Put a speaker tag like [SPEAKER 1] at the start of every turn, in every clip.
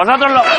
[SPEAKER 1] Vosotros lo...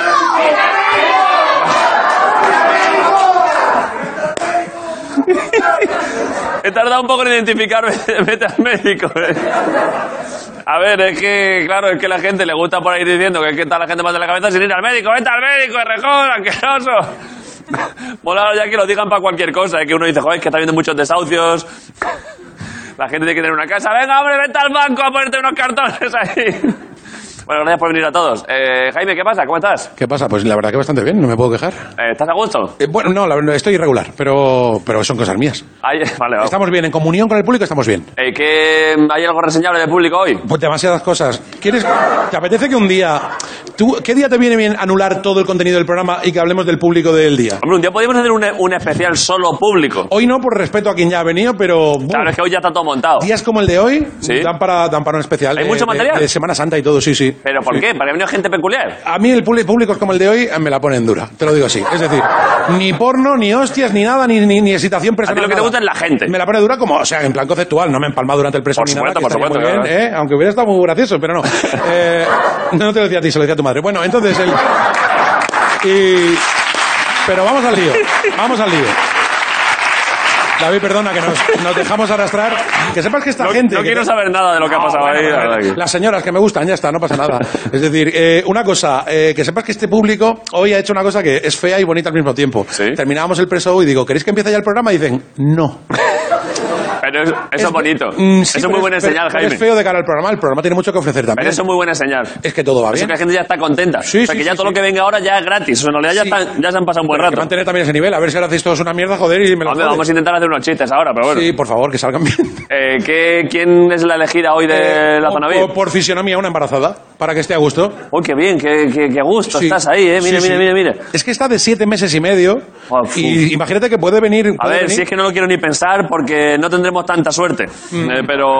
[SPEAKER 1] He tardado un poco en identificarme. Vete al médico. A ver, es que, claro, es que a la gente le gusta por ahí diciendo que está la gente más de la cabeza sin ir al médico. Vete al médico, rejón, asqueroso. Mola ya que lo digan para cualquier cosa. Es que uno dice, joder, es que está viendo muchos desahucios. La gente tiene que tener una casa. Venga, hombre, vete al banco a ponerte unos cartones ahí. Bueno, gracias por venir a todos. Jaime, ¿qué pasa? ¿Cómo estás?
[SPEAKER 2] ¿Qué pasa? Pues la verdad que bastante bien, no me puedo quejar.
[SPEAKER 1] ¿Estás a gusto?
[SPEAKER 2] Bueno, no, la verdad, estoy irregular, pero son cosas mías.
[SPEAKER 1] Vale, vale.
[SPEAKER 2] Estamos bien, en comunión con el público estamos bien.
[SPEAKER 1] ¿Hay algo reseñable del público hoy?
[SPEAKER 2] Pues demasiadas cosas. ¿Te apetece que un día... ¿Qué día te viene bien anular todo el contenido del programa y que hablemos del público del día?
[SPEAKER 1] Hombre, un día podríamos hacer un especial solo público.
[SPEAKER 2] Hoy no, por respeto a quien ya ha venido, pero...
[SPEAKER 1] Claro, es que hoy ya está todo montado.
[SPEAKER 2] Días como el de hoy
[SPEAKER 1] ¿Sí?
[SPEAKER 2] dan para un especial.
[SPEAKER 1] ¿Hay mucho material?
[SPEAKER 2] De Semana Santa y todo, sí, sí.
[SPEAKER 1] ¿Pero por qué? ¿Para que venga gente peculiar?
[SPEAKER 2] A mí el público como el de hoy me la ponen dura, te lo digo así. Es decir, ni porno, ni hostias, ni nada, ni excitación personal.
[SPEAKER 1] A ti lo que te gusta es la gente.
[SPEAKER 2] Me la pone dura como, o sea, en plan conceptual, no me he empalmado durante el preso
[SPEAKER 1] por
[SPEAKER 2] ni
[SPEAKER 1] supuesto,
[SPEAKER 2] nada.
[SPEAKER 1] Por supuesto,
[SPEAKER 2] muy bien, aunque hubiera estado muy gracioso, pero no. No te lo decía a ti, se lo decía a tu madre. Bueno, entonces pero vamos al lío. David, perdona, que nos dejamos arrastrar. Que sepas que esta gente...
[SPEAKER 1] No quiero saber nada de lo que ha pasado ahí.
[SPEAKER 2] Las señoras que me gustan, ya está, no pasa nada. Es decir, una cosa, que sepas que este público hoy ha hecho una cosa que es fea y bonita al mismo tiempo.
[SPEAKER 1] ¿Sí?
[SPEAKER 2] Terminábamos el preso y digo, ¿queréis que empiece ya el programa? Y dicen, no.
[SPEAKER 1] Pero eso es bonito.
[SPEAKER 2] Sí,
[SPEAKER 1] eso es muy buena señal, Jaime.
[SPEAKER 2] Es feo de cara al programa. El programa tiene mucho que ofrecer también.
[SPEAKER 1] Pero eso es muy buena señal.
[SPEAKER 2] Es que todo va bien.
[SPEAKER 1] Eso que la gente ya está contenta.
[SPEAKER 2] Sí,
[SPEAKER 1] o sea, que ya todo lo que venga ahora ya es gratis. O sea, en realidad ya se han pasado un buen rato.
[SPEAKER 2] Hay que mantener también ese nivel. A ver si ahora hacéis todos una mierda, joder, y me lo jodes.
[SPEAKER 1] Vamos a intentar hacer unos chistes ahora, pero bueno.
[SPEAKER 2] Sí, por favor, que salgan bien.
[SPEAKER 1] ¿Quién es la elegida hoy de la zona VIP?
[SPEAKER 2] Por fisionomía, una embarazada, para que esté a gusto.
[SPEAKER 1] Uy, qué bien, qué gusto
[SPEAKER 2] Sí.
[SPEAKER 1] Estás ahí, Mire.
[SPEAKER 2] Es que está de 7 meses y medio. Y imagínate que puede venir...
[SPEAKER 1] A ver, si es que no lo quiero ni pensar porque no tendremos tanta suerte. Pero...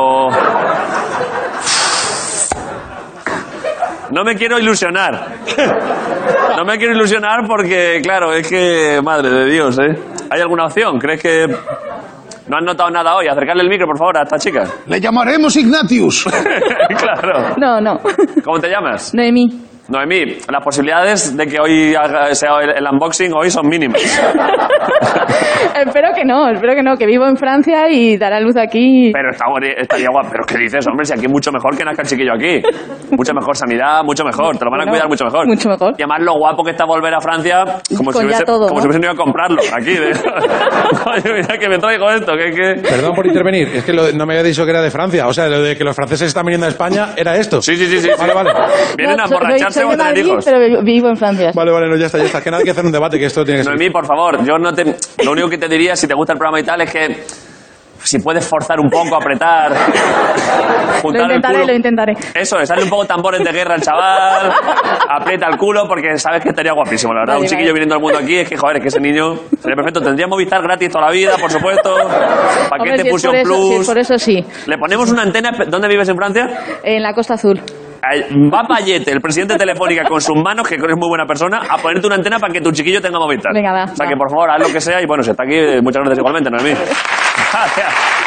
[SPEAKER 1] No me quiero ilusionar. No me quiero ilusionar porque, claro, es que... Madre de Dios, ¿eh? ¿Hay alguna opción? ¿Crees que... ¿No han notado nada hoy? Acercarle el micro, por favor, a esta chica.
[SPEAKER 3] Le llamaremos Ignatius.
[SPEAKER 1] Claro.
[SPEAKER 4] No.
[SPEAKER 1] ¿Cómo te llamas?
[SPEAKER 4] Noemí.
[SPEAKER 1] Noemí, las posibilidades de que hoy sea el unboxing hoy son mínimas.
[SPEAKER 4] Espero que no, que vivo en Francia y dará luz aquí.
[SPEAKER 1] Pero estaría guapo. ¿Pero qué dices, hombre? Si aquí es mucho mejor que nazca el chiquillo aquí. Mucha mejor sanidad, mucho mejor. Te lo van a cuidar mucho mejor.
[SPEAKER 4] Mucho mejor.
[SPEAKER 1] Y además lo guapo que está volver a Francia, como si hubiesen ido a comprarlo aquí. Oye, mira que me traigo esto.
[SPEAKER 2] Perdón por intervenir. Es que no me había dicho que era de Francia. O sea, lo de que los franceses están viniendo a España era esto.
[SPEAKER 1] Sí.
[SPEAKER 2] Vale.
[SPEAKER 1] Vienen a emborracharse o a tener hijos.
[SPEAKER 4] Pero vivo en Francia.
[SPEAKER 2] Vale, no, ya está. Que nada hay que hacer un debate, que esto tiene que ser.
[SPEAKER 1] Noemí, por favor, lo único que te diría, si te gusta el programa y tal, es que si puedes forzar un poco, apretar, juntar
[SPEAKER 4] Lo intentaré.
[SPEAKER 1] Eso es, darle un poco tambores de guerra al chaval, aprieta el culo, porque sabes que estaría guapísimo, la verdad. Un chiquillo viniendo al mundo aquí, es que, joder, es que ese niño sería perfecto. Tendría Movistar gratis toda la vida, por supuesto. Paquete Fusion Plus.
[SPEAKER 4] Por eso sí.
[SPEAKER 1] Le ponemos una antena. ¿Dónde vives en Francia?
[SPEAKER 4] En la Costa Azul.
[SPEAKER 1] Va Payete, el presidente de Telefónica, con sus manos, que es muy buena persona, a ponerte una antena para que tu chiquillo tenga Movistar.
[SPEAKER 4] Venga, va.
[SPEAKER 1] O sea, que por favor, haz lo que sea. Y bueno, si está aquí, muchas gracias igualmente, Noemí. Gracias.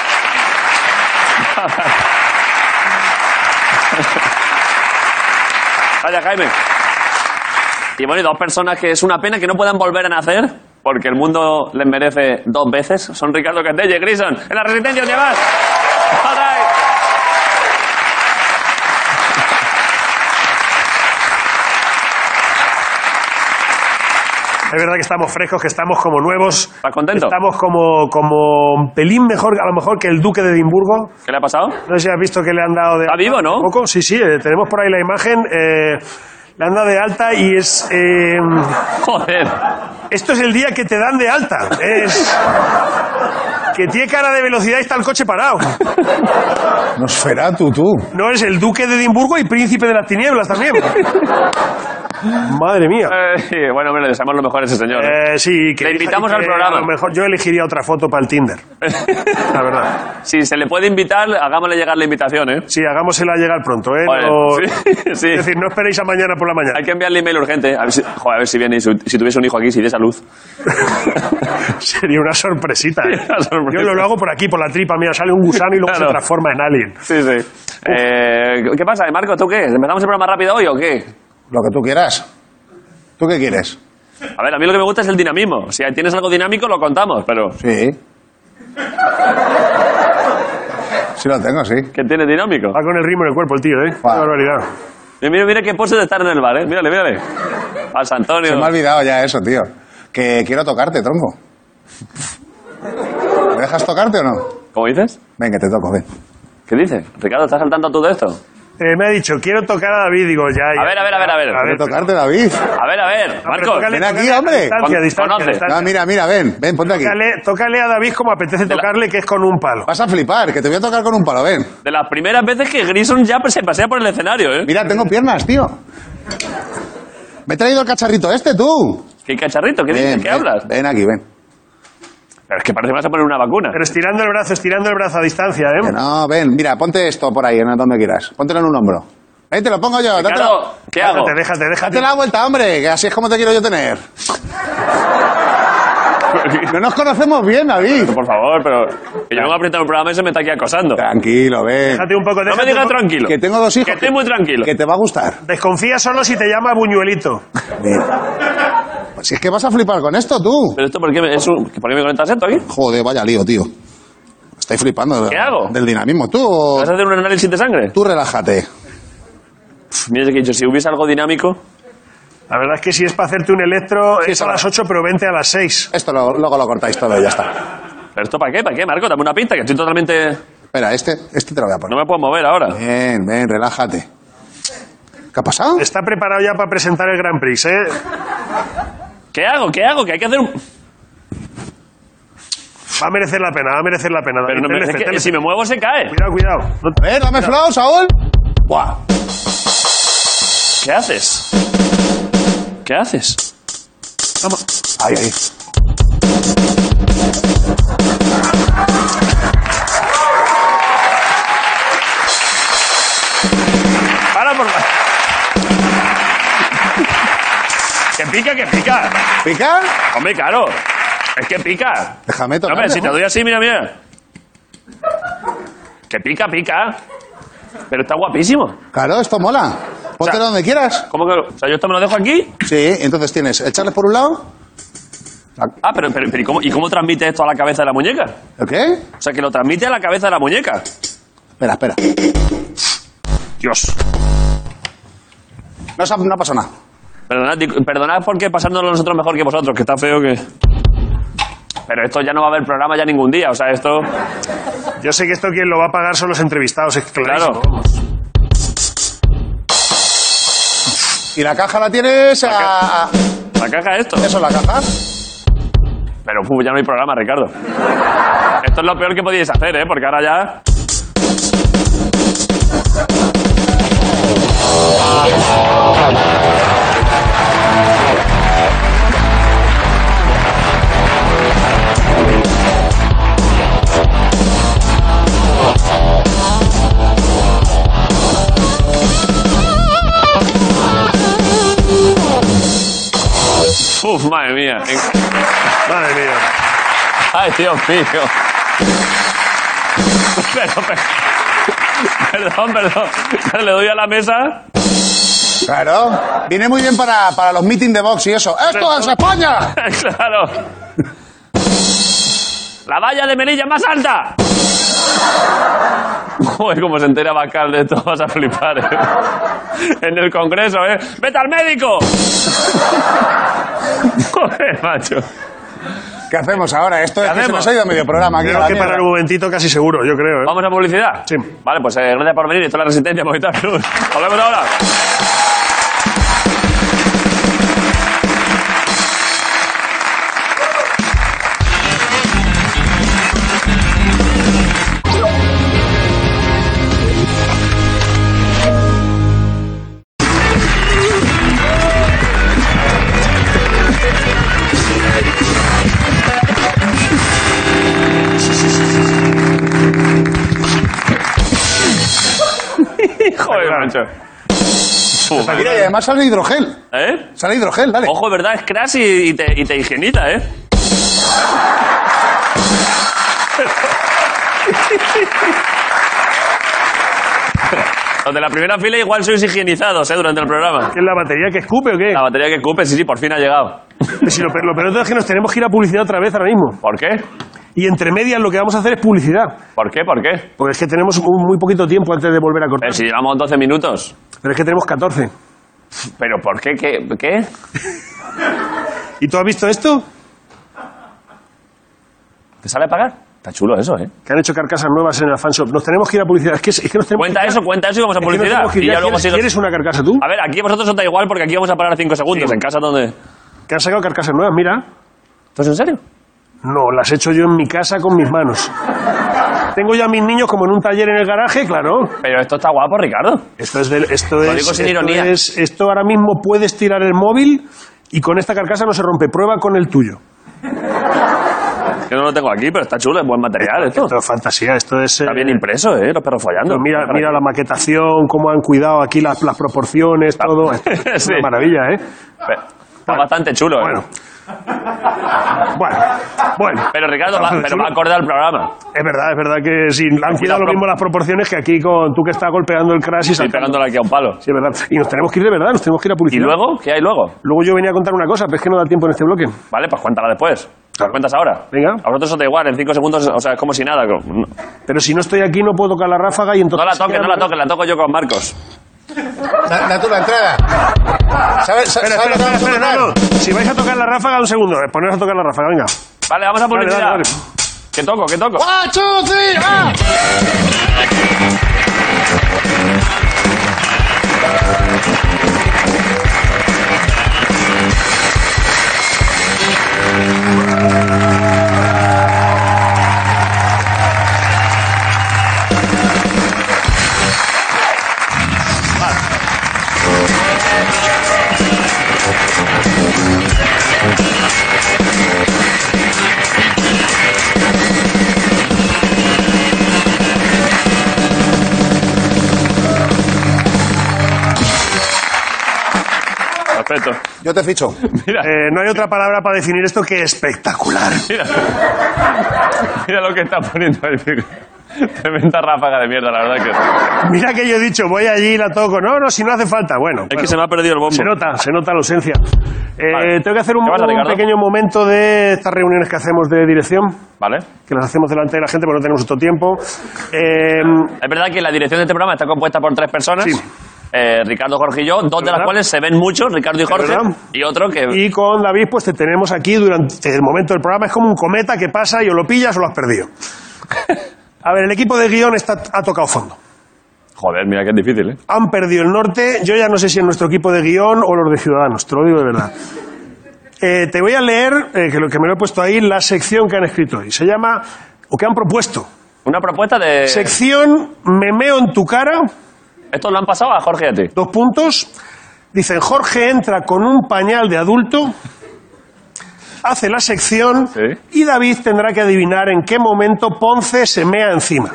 [SPEAKER 1] Vaya, Jaime. Y bueno, y 2 personas que es una pena que no puedan volver a nacer, porque el mundo les merece 2 veces. Son Ricardo Castella y Grison. En la Resistencia, ¿dónde vas?
[SPEAKER 5] Es verdad que estamos frescos, que estamos como nuevos.
[SPEAKER 1] ¿Estás contento?
[SPEAKER 5] Estamos como un pelín mejor, a lo mejor, que el duque de Edimburgo.
[SPEAKER 1] ¿Qué le ha pasado?
[SPEAKER 5] No sé si has visto que le han dado de...
[SPEAKER 1] ¿Está vivo, no?
[SPEAKER 5] ¿Un poco? Sí, tenemos por ahí la imagen. Le han dado de alta y es...
[SPEAKER 1] Joder.
[SPEAKER 5] Esto es el día que te dan de alta. Es... Que tiene cara de velocidad y está el coche parado.
[SPEAKER 3] Nosferatu, tú.
[SPEAKER 5] No, es el duque de Edimburgo y príncipe de las tinieblas también. Madre mía.
[SPEAKER 1] Bueno, le deseamos lo mejor a ese señor.
[SPEAKER 5] Sí, que
[SPEAKER 1] le invitamos al programa.
[SPEAKER 5] A lo mejor yo elegiría otra foto para el Tinder. La verdad.
[SPEAKER 1] Si se le puede invitar, hagámosle llegar la invitación, ¿eh?
[SPEAKER 5] Sí, hagámosela llegar pronto, ¿eh?
[SPEAKER 1] Vale. Sí.
[SPEAKER 5] Es decir, no esperéis a mañana por la mañana.
[SPEAKER 1] Hay que enviarle email urgente. A ver si viene, si tuviese un hijo aquí, si diese a luz.
[SPEAKER 5] Sería una sorpresita, ¿eh? Yo lo hago por aquí, por la tripa mía. Sale un gusano y luego se transforma en alien.
[SPEAKER 1] Sí. ¿Qué pasa, Marco? ¿Tú qué? ¿Empezamos el programa rápido hoy o qué?
[SPEAKER 3] Lo que tú quieras.
[SPEAKER 6] ¿Tú qué quieres?
[SPEAKER 1] A ver, a mí lo que me gusta es el dinamismo. Si tienes algo dinámico, lo contamos, pero...
[SPEAKER 6] Sí. Sí lo tengo, sí.
[SPEAKER 1] ¿Qué tiene dinámico?
[SPEAKER 5] Va con el ritmo en el cuerpo el tío, ¿eh? Qué
[SPEAKER 6] Guau.
[SPEAKER 5] barbaridad.
[SPEAKER 1] Mira qué pose de estar en el bar, ¿eh? Mírale, mírale. Al San Antonio.
[SPEAKER 6] Se me ha olvidado ya eso, tío. Que quiero tocarte, tronco. ¿Me dejas tocarte o no?
[SPEAKER 1] ¿Cómo dices?
[SPEAKER 6] Ven, que te toco, ven.
[SPEAKER 1] ¿Qué dices? Ricardo, ¿estás saltando tú de esto?
[SPEAKER 5] Me ha dicho, quiero tocar a David. Digo, ya.
[SPEAKER 1] A ver.
[SPEAKER 6] ¿Quiero tocarte, David?
[SPEAKER 1] A ver, Marcos.
[SPEAKER 6] ven aquí, hombre.
[SPEAKER 5] Distancia.
[SPEAKER 1] Conoce.
[SPEAKER 6] No, mira, ven, ponte aquí.
[SPEAKER 5] Tócale a David como apetece tocarle, que es con un palo.
[SPEAKER 6] Vas a flipar, que te voy a tocar con un palo, ven.
[SPEAKER 1] De las primeras veces que Grison ya se pasea por el escenario, ¿eh?
[SPEAKER 6] Mira, tengo piernas, tío. Me he traído el cacharrito este, tú.
[SPEAKER 1] ¿Qué cacharrito? ¿Qué dices? ¿Qué hablas?
[SPEAKER 6] Ven aquí, ven.
[SPEAKER 1] Pero es que parece que vas a poner una vacuna.
[SPEAKER 5] Pero estirando el brazo a distancia, ¿eh?
[SPEAKER 6] Que no, ven, mira, ponte esto por ahí, donde quieras. Póntelo en un hombro. Ven, te lo pongo yo.
[SPEAKER 1] Ricardo, ¿qué hago?
[SPEAKER 5] Déjate.
[SPEAKER 6] Date la vuelta, hombre, que así es como te quiero yo tener. No nos conocemos bien, David.
[SPEAKER 1] Por favor, pero que yo vengo a apretar un programa y se me está aquí acosando.
[SPEAKER 6] Tranquilo, ven.
[SPEAKER 5] Déjate un poco.
[SPEAKER 1] No me digas tranquilo.
[SPEAKER 6] Que tengo 2 hijos.
[SPEAKER 1] Que estoy muy tranquilo.
[SPEAKER 6] Que te va a gustar.
[SPEAKER 5] Desconfía solo si te llama Buñuelito.
[SPEAKER 6] Ven. Si es que vas a flipar con esto, tú.
[SPEAKER 1] ¿Pero esto por qué por qué me conectas esto aquí?
[SPEAKER 6] Joder, vaya lío, tío. Estoy flipando.
[SPEAKER 1] ¿Qué hago?
[SPEAKER 6] Del dinamismo. Tú
[SPEAKER 1] ¿Vas a hacer un análisis de sangre?
[SPEAKER 6] relájate.
[SPEAKER 1] Mira que he dicho, si hubiese algo dinámico...
[SPEAKER 5] La verdad es que si es para hacerte un electro,
[SPEAKER 6] Sí,
[SPEAKER 5] es a las 8, pero vente a las 6.
[SPEAKER 6] Esto luego lo cortáis todo y ya está.
[SPEAKER 1] ¿Pero esto para qué? ¿Para qué, Marco? Dame una pista, que estoy totalmente...
[SPEAKER 6] Espera, este te lo voy a
[SPEAKER 1] No
[SPEAKER 6] poner.
[SPEAKER 1] me puedo mover ahora.
[SPEAKER 6] Ven, relájate. ¿Qué ha pasado?
[SPEAKER 5] Está preparado ya para presentar el Grand Prix, ¿eh?
[SPEAKER 1] ¿Qué hago? Que hay que hacer un...
[SPEAKER 5] Va a merecer la pena.
[SPEAKER 1] Pero no me-
[SPEAKER 5] Tenle
[SPEAKER 1] es
[SPEAKER 5] fe,
[SPEAKER 1] que
[SPEAKER 5] tenle
[SPEAKER 1] si
[SPEAKER 5] fe.
[SPEAKER 1] me muevo se cae.
[SPEAKER 5] Cuidado.
[SPEAKER 6] A ver, dame flow, Saúl. Buah.
[SPEAKER 1] ¿Qué haces? ¿Qué haces?
[SPEAKER 6] Ahí.
[SPEAKER 1] Para por... Que pica.
[SPEAKER 6] ¿Pica?
[SPEAKER 1] Hombre, claro. Es que pica.
[SPEAKER 6] Déjame
[SPEAKER 1] No,
[SPEAKER 6] tocar.
[SPEAKER 1] hombre, si te doy así, mira. Que pica. Pero está guapísimo.
[SPEAKER 6] Claro, esto mola. Póntelo
[SPEAKER 1] O sea,
[SPEAKER 6] donde quieras.
[SPEAKER 1] ¿Cómo que...? O sea, yo esto me lo dejo aquí.
[SPEAKER 6] Sí, entonces tienes echarles por un lado.
[SPEAKER 1] Ah, pero ¿y cómo transmite esto a la cabeza de la muñeca?
[SPEAKER 6] ¿El qué?
[SPEAKER 1] O sea, que lo transmite a la cabeza de la muñeca.
[SPEAKER 6] Espera.
[SPEAKER 1] Dios.
[SPEAKER 6] No pasa nada.
[SPEAKER 1] Perdonad porque pasándolo nosotros mejor que vosotros, que está feo que... Pero esto ya no va a haber programa ya ningún día, o sea, esto...
[SPEAKER 5] Yo sé que esto quien lo va a pagar son los entrevistados, es clarísimo.
[SPEAKER 1] Claro.
[SPEAKER 6] ¿Y la caja la tienes?
[SPEAKER 1] La caja esto.
[SPEAKER 6] ¿Eso es la caja?
[SPEAKER 1] Pero ya no hay programa, Ricardo. Esto es lo peor que podíais hacer, ¿eh? Porque ahora ya... Uf, madre mía.
[SPEAKER 5] Madre mía.
[SPEAKER 1] Ay, Dios mío. Perdón. Le doy a la mesa.
[SPEAKER 6] Claro. Viene muy bien para los meetings de box y eso. ¡Esto es España!
[SPEAKER 1] Claro. La valla de Melilla más alta. Joder, como se entera Bacal de esto, vas a flipar, ¿eh? En el Congreso, ¿eh? ¡Vete al médico! Joder, macho.
[SPEAKER 6] ¿Qué hacemos ahora? Esto es que se
[SPEAKER 1] hacemos?
[SPEAKER 6] nos ha ido medio programa aquí. a
[SPEAKER 5] Tengo
[SPEAKER 6] la
[SPEAKER 5] que
[SPEAKER 6] mierda.
[SPEAKER 5] parar un momentito, casi seguro, yo creo, ¿eh?
[SPEAKER 1] ¿Vamos a publicidad?
[SPEAKER 5] Sí.
[SPEAKER 1] Vale, pues gracias por venir. Esto es La Resistencia, Movistar Plus. Hablamos ahora. Joder, macho. Uf,
[SPEAKER 6] Mira, y además sale hidrogel.
[SPEAKER 1] ¿eh?
[SPEAKER 6] Sale hidrogel, dale.
[SPEAKER 1] Ojo, ¿verdad? Es crash y te higieniza, ¿eh? Los de la primera fila igual sois higienizados, durante el programa.
[SPEAKER 5] ¿Qué es la batería que escupe o qué?
[SPEAKER 1] La batería que escupe, sí, por fin ha llegado.
[SPEAKER 5] Si lo peor de todo es que nos tenemos que ir a publicidad otra vez ahora mismo.
[SPEAKER 1] ¿Por qué?
[SPEAKER 5] Y entre medias lo que vamos a hacer es publicidad.
[SPEAKER 1] ¿Por qué? ¿Por qué?
[SPEAKER 5] Porque es que tenemos muy poquito tiempo antes de volver a cortar.
[SPEAKER 1] Pero si llevamos 12 minutos.
[SPEAKER 5] Pero es que tenemos 14.
[SPEAKER 1] ¿Pero por qué? ¿Qué?
[SPEAKER 5] ¿Y tú has visto esto?
[SPEAKER 1] ¿Te sale a pagar? Está chulo eso, ¿eh?
[SPEAKER 5] Que han hecho carcasas nuevas en el fanshop. Nos tenemos que ir a publicidad. Es que nos tenemos
[SPEAKER 1] Cuenta
[SPEAKER 5] que ir
[SPEAKER 1] eso y vamos a publicidad. Y ya luego
[SPEAKER 5] ¿Quieres una carcasa tú?
[SPEAKER 1] A ver, aquí a vosotros os da igual porque aquí vamos a parar 5 segundos.
[SPEAKER 5] Sí.
[SPEAKER 1] En casa donde...
[SPEAKER 5] Que han sacado carcasas nuevas, mira.
[SPEAKER 1] ¿Esto es en serio?
[SPEAKER 5] No, las he hecho yo en mi casa con mis manos. Tengo ya a mis niños como en un taller en el garaje, claro.
[SPEAKER 1] Pero esto está guapo, Ricardo.
[SPEAKER 5] Lo
[SPEAKER 1] digo sin ironía.
[SPEAKER 5] Esto ahora mismo puedes tirar el móvil y con esta carcasa no se rompe. Prueba con el tuyo.
[SPEAKER 1] Que no lo tengo aquí, pero está chulo, es buen material esto.
[SPEAKER 5] Esto es fantasía, esto es...
[SPEAKER 1] Está bien impreso, los perros follando.
[SPEAKER 5] Mira la maquetación, cómo han cuidado aquí las proporciones, todo. Esto es
[SPEAKER 1] Sí.
[SPEAKER 5] una maravilla, ¿eh?
[SPEAKER 1] Está bastante chulo,
[SPEAKER 5] Bueno.
[SPEAKER 1] Pero Ricardo, va acorde al programa.
[SPEAKER 5] Es verdad que sí, han cuidado lo mismo las proporciones que aquí con tú que estás golpeando el crash y
[SPEAKER 1] Estoy pegándole aquí a un palo.
[SPEAKER 5] Sí, es verdad. Y nos tenemos que ir de verdad, nos tenemos que ir a
[SPEAKER 1] ¿Y
[SPEAKER 5] publicidad.
[SPEAKER 1] luego? ¿Qué hay luego?
[SPEAKER 5] Luego yo venía a contar una cosa, pero es que no da tiempo en este bloque.
[SPEAKER 1] Vale, pues cuéntala después.
[SPEAKER 5] Claro.
[SPEAKER 1] ¿Cuentas ahora?
[SPEAKER 5] Venga.
[SPEAKER 1] A vosotros os da igual, en 5 segundos, o sea, es como si nada. No
[SPEAKER 5] Pero si no estoy aquí no puedo tocar la ráfaga y entonces...
[SPEAKER 1] la toques, la toco yo con Marcos.
[SPEAKER 6] Da tú la entrada. ¿Sabes
[SPEAKER 5] Espera, no. Si vais a tocar la ráfaga, un segundo. Poneros a tocar la ráfaga, venga.
[SPEAKER 1] Vale, vamos a publicidad.
[SPEAKER 5] Dale.
[SPEAKER 1] ¿Qué toco?
[SPEAKER 6] 1, 2, 3, ¡ah!
[SPEAKER 1] Perfecto.
[SPEAKER 6] Yo te ficho.
[SPEAKER 1] Mira,
[SPEAKER 5] No hay otra palabra para definir esto que espectacular.
[SPEAKER 1] mira lo que está poniendo ahí. Tremenda ráfaga de mierda, la verdad que...
[SPEAKER 5] Mira que yo he dicho, voy allí y la toco. No, si no hace falta. Bueno.
[SPEAKER 1] Es que se me ha perdido el bombo.
[SPEAKER 5] Se nota la ausencia.
[SPEAKER 1] Vale.
[SPEAKER 5] Tengo que hacer un
[SPEAKER 1] ¿Qué pasa, Ricardo?
[SPEAKER 5] pequeño momento de estas reuniones que hacemos de dirección,
[SPEAKER 1] Vale.
[SPEAKER 5] que las hacemos delante de la gente porque no tenemos otro tiempo.
[SPEAKER 1] Es verdad que la dirección de este programa está compuesta por 3 personas.
[SPEAKER 5] Sí.
[SPEAKER 1] Ricardo, Jorge y yo, 2 de las
[SPEAKER 5] ¿Verdad?
[SPEAKER 1] cuales se ven muchos, Ricardo y Jorge,
[SPEAKER 5] ¿Verdad?
[SPEAKER 1] y otro que...
[SPEAKER 5] Y con David, pues te tenemos aquí durante el momento del programa. Es como un cometa que pasa y o lo pillas o lo has perdido. A ver, el equipo de guión ha tocado fondo.
[SPEAKER 1] Joder, mira que es difícil, ¿eh?
[SPEAKER 5] Han perdido el norte. Yo ya no sé si es nuestro equipo de guión o los de Ciudadanos, te lo digo de verdad. Te voy a leer, que me lo he puesto ahí, la sección que han escrito hoy. Se llama, o que han propuesto.
[SPEAKER 1] Una propuesta de...
[SPEAKER 5] Sección Me meo en tu cara.
[SPEAKER 1] Esto lo han pasado a Jorge y a ti.
[SPEAKER 5] 2 puntos. Dicen, Jorge entra con un pañal de adulto, hace la sección
[SPEAKER 1] Sí.
[SPEAKER 5] y David tendrá que adivinar en qué momento Ponce se mea encima.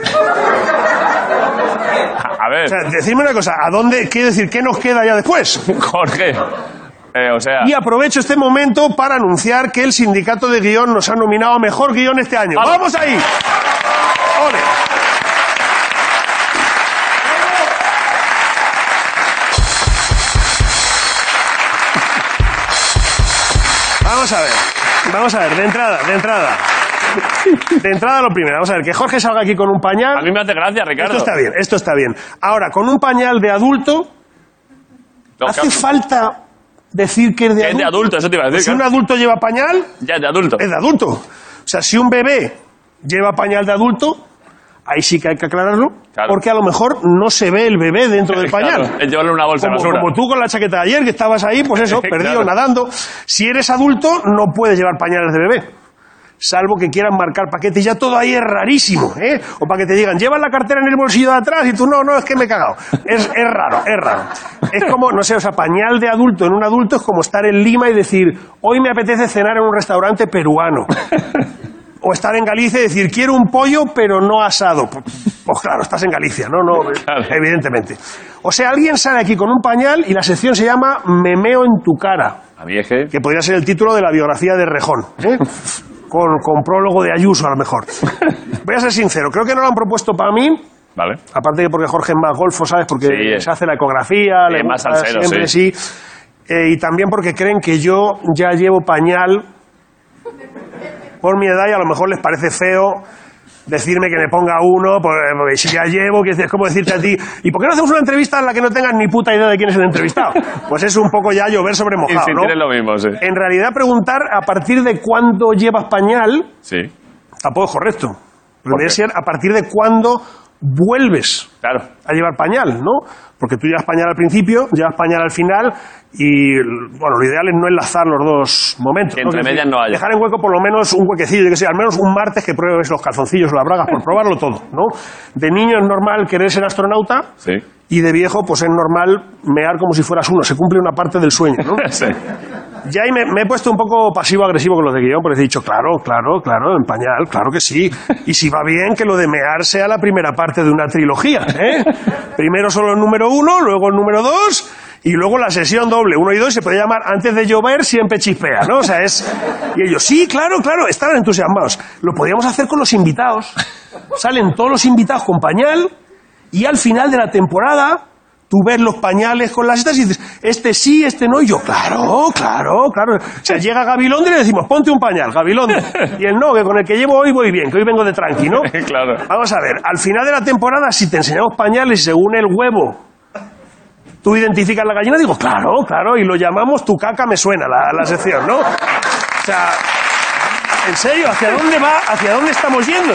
[SPEAKER 1] A ver,
[SPEAKER 5] O sea, decidme una cosa, ¿a dónde? Quiere decir, ¿qué nos queda ya después?
[SPEAKER 1] Jorge. O sea...
[SPEAKER 5] Y aprovecho este momento para anunciar que el sindicato de guión nos ha nominado a mejor guión este año.
[SPEAKER 1] ¡Vamos!
[SPEAKER 5] ¡Vamos ahí! ¡Ole! Vamos a ver, de entrada lo primero. Vamos a ver, que Jorge salga aquí con un pañal.
[SPEAKER 1] A mí me hace gracia, Ricardo.
[SPEAKER 5] Esto está bien. Ahora, con un pañal de adulto, ¿hace falta decir que es de
[SPEAKER 1] Es de adulto, eso te iba a decir.
[SPEAKER 5] Si un adulto lleva pañal,
[SPEAKER 1] Ya, es de adulto.
[SPEAKER 5] es de adulto. O sea, si un bebé lleva pañal de adulto, ahí sí que hay que aclararlo,
[SPEAKER 1] Claro.
[SPEAKER 5] porque a lo mejor no se ve el bebé dentro del pañal.
[SPEAKER 1] Claro, es llevarle una bolsa de basura.
[SPEAKER 5] Como tú con la chaqueta de ayer, que estabas ahí, pues eso, perdido,
[SPEAKER 1] Claro.
[SPEAKER 5] nadando. Si eres adulto, no puedes llevar pañales de bebé. Salvo que quieran marcar paquete y ya todo ahí es rarísimo, ¿eh? O para que te digan, llevas la cartera en el bolsillo de atrás y tú, no, es que me he cagado. Es raro. Es como, no sé, o sea, pañal de adulto en un adulto es como estar en Lima y decir, hoy me apetece cenar en un restaurante peruano. O estar en Galicia y decir, quiero un pollo pero no asado. Pues claro, estás en Galicia, ¿no?
[SPEAKER 1] Claro.
[SPEAKER 5] Evidentemente. O sea, alguien sale aquí con un pañal y la sección se llama Me meo en tu cara,
[SPEAKER 1] A mí es que...
[SPEAKER 5] que podría ser el título de la biografía de Rejón, ¿eh? Con prólogo de Ayuso, a lo mejor. Voy a ser sincero, creo que no lo han propuesto para mí,
[SPEAKER 1] Vale.
[SPEAKER 5] Aparte que porque Jorge es más golfo, ¿sabes? Porque
[SPEAKER 1] Sí,
[SPEAKER 5] se hace la ecografía, le
[SPEAKER 1] más
[SPEAKER 5] gusta
[SPEAKER 1] salsero,
[SPEAKER 5] siempre,
[SPEAKER 1] sí.
[SPEAKER 5] y también porque creen que yo ya llevo pañal por mi edad y a lo mejor les parece feo decirme que me ponga uno, porque si ya llevo, que es como decirte a ti, ¿y por qué no hacemos una entrevista en la que no tengas ni puta idea de quién es el entrevistado? Pues es un poco ya llover sobre mojado,
[SPEAKER 1] Sí,
[SPEAKER 5] ¿no?
[SPEAKER 1] tienes lo mismo, sí.
[SPEAKER 5] En realidad preguntar a partir de cuándo llevas pañal
[SPEAKER 1] Sí,
[SPEAKER 5] tampoco es correcto.
[SPEAKER 1] ¿Por
[SPEAKER 5] Debería
[SPEAKER 1] qué?
[SPEAKER 5] ser a partir de cuándo vuelves
[SPEAKER 1] claro.
[SPEAKER 5] a llevar pañal, ¿no? Porque tú llevas pañal al principio, llevas pañal al final y, bueno, lo ideal es no enlazar los dos momentos.
[SPEAKER 1] Que
[SPEAKER 5] ¿no?
[SPEAKER 1] entre
[SPEAKER 5] Es decir,
[SPEAKER 1] medias no haya.
[SPEAKER 5] Dejar en hueco por lo menos un huequecillo, yo que sé, al menos un martes que pruebes los calzoncillos o las bragas, por probarlo todo, ¿no? De niño es normal querer ser astronauta
[SPEAKER 1] Sí.
[SPEAKER 5] y de viejo pues es normal mear como si fueras uno, se cumple una parte del sueño, ¿no?
[SPEAKER 1] Sí.
[SPEAKER 5] Ya ahí me he puesto un poco pasivo-agresivo con los de guión, porque he dicho, claro, en pañal, claro que sí. Y si va bien, que lo de mear sea la primera parte de una trilogía, ¿eh? Primero solo el número 1, luego el número 2, y luego la sesión doble, 1 y 2, se puede llamar antes de llover siempre chispea, ¿no? O sea, es... Y ellos, sí, claro, estaban entusiasmados. Lo podíamos hacer con los invitados. Salen todos los invitados con pañal, y al final de la temporada... Tú ves los pañales con las estas y dices, este sí, este no. Y yo, claro. O sea, llega Gabilondo y le decimos, ponte un pañal, Gabilondo. Y él, no, que con el que llevo hoy voy bien, que hoy vengo de tranqui, ¿no?
[SPEAKER 1] Claro.
[SPEAKER 5] Vamos a ver, al final de la temporada, si te enseñamos pañales y según el huevo tú identificas la gallina, digo, claro, y lo llamamos Tu caca me suena, la sección, ¿no? O sea, en serio, ¿hacia dónde va? ¿Hacia dónde estamos yendo?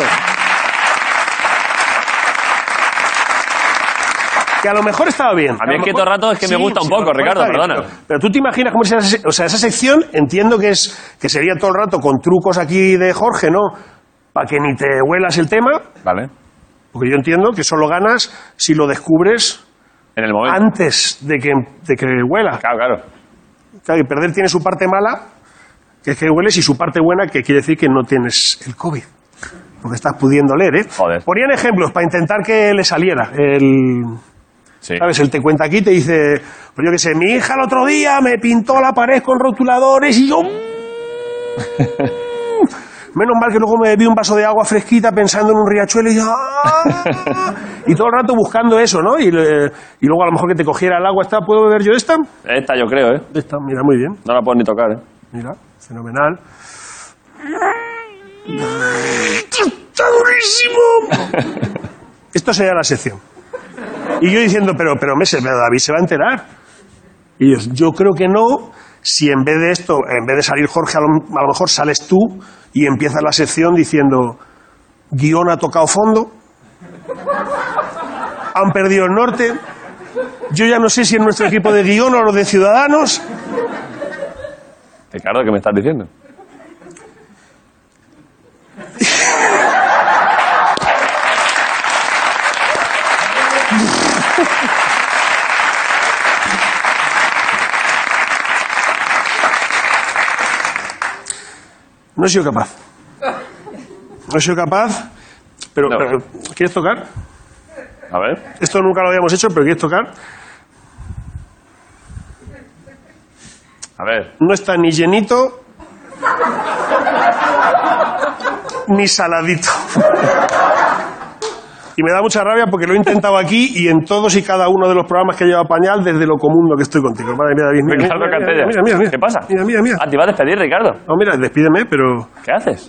[SPEAKER 5] Que a lo mejor estaba bien.
[SPEAKER 1] A mí es que todo el rato es que me gusta un poco,
[SPEAKER 5] a lo mejor
[SPEAKER 1] Ricardo,
[SPEAKER 5] está bien,
[SPEAKER 1] perdona.
[SPEAKER 5] pero tú te imaginas cómo es esa sección, entiendo que sería todo el rato con trucos aquí de Jorge, ¿no? Para que ni te huelas el tema,
[SPEAKER 1] Vale.
[SPEAKER 5] porque yo entiendo que solo ganas si lo descubres
[SPEAKER 1] En el momento.
[SPEAKER 5] antes de que huela.
[SPEAKER 1] Claro.
[SPEAKER 5] Claro, y perder tiene su parte mala, que es que hueles, y su parte buena, que quiere decir que no tienes el COVID. Porque estás pudiendo leer, ¿eh?
[SPEAKER 1] Joder.
[SPEAKER 5] Ponían ejemplos para intentar que le saliera
[SPEAKER 1] Sí.
[SPEAKER 5] ¿sabes? Él te cuenta aquí, te dice, pues yo qué sé, mi hija el otro día me pintó la pared con rotuladores y yo... Menos mal que luego me bebí un vaso de agua fresquita pensando en un riachuelo y yo... Y todo el rato buscando eso, ¿no? Y luego a lo mejor que te cogiera el agua esta, ¿puedo beber yo esta?
[SPEAKER 1] Esta yo creo, ¿eh?
[SPEAKER 5] Esta, mira, muy bien.
[SPEAKER 1] No la puedo ni tocar, ¿eh?
[SPEAKER 5] Mira, fenomenal. ¡Está durísimo! Esto sería la sección. Y yo diciendo, pero David se va a enterar. Y ellos, yo creo que no, si en vez de esto, en vez de salir Jorge, a lo mejor sales tú y empiezas la sección diciendo, guión ha tocado fondo, han perdido el norte, yo ya no sé si es nuestro equipo de guión o los de Ciudadanos.
[SPEAKER 1] Ricardo, ¿qué me estás diciendo?
[SPEAKER 5] No he sido capaz. No he sido capaz, pero,
[SPEAKER 1] No.
[SPEAKER 5] pero ¿quieres tocar?
[SPEAKER 1] A ver.
[SPEAKER 5] Esto nunca lo habíamos hecho, pero ¿quieres tocar?
[SPEAKER 1] A ver.
[SPEAKER 5] No está ni llenito ni saladito. Y me da mucha rabia porque lo he intentado aquí y en todos y cada uno de los programas que lleva pañal desde lo común que estoy contigo. Madre mía, David, mira,
[SPEAKER 1] Ricardo
[SPEAKER 5] mira,
[SPEAKER 1] Cantella.
[SPEAKER 5] mira, mira, mira.
[SPEAKER 1] ¿Qué pasa?
[SPEAKER 5] Mira, mira, mira.
[SPEAKER 1] Ah, te iba a despedir, Ricardo.
[SPEAKER 5] No, mira, despídeme, pero...
[SPEAKER 1] ¿Qué haces?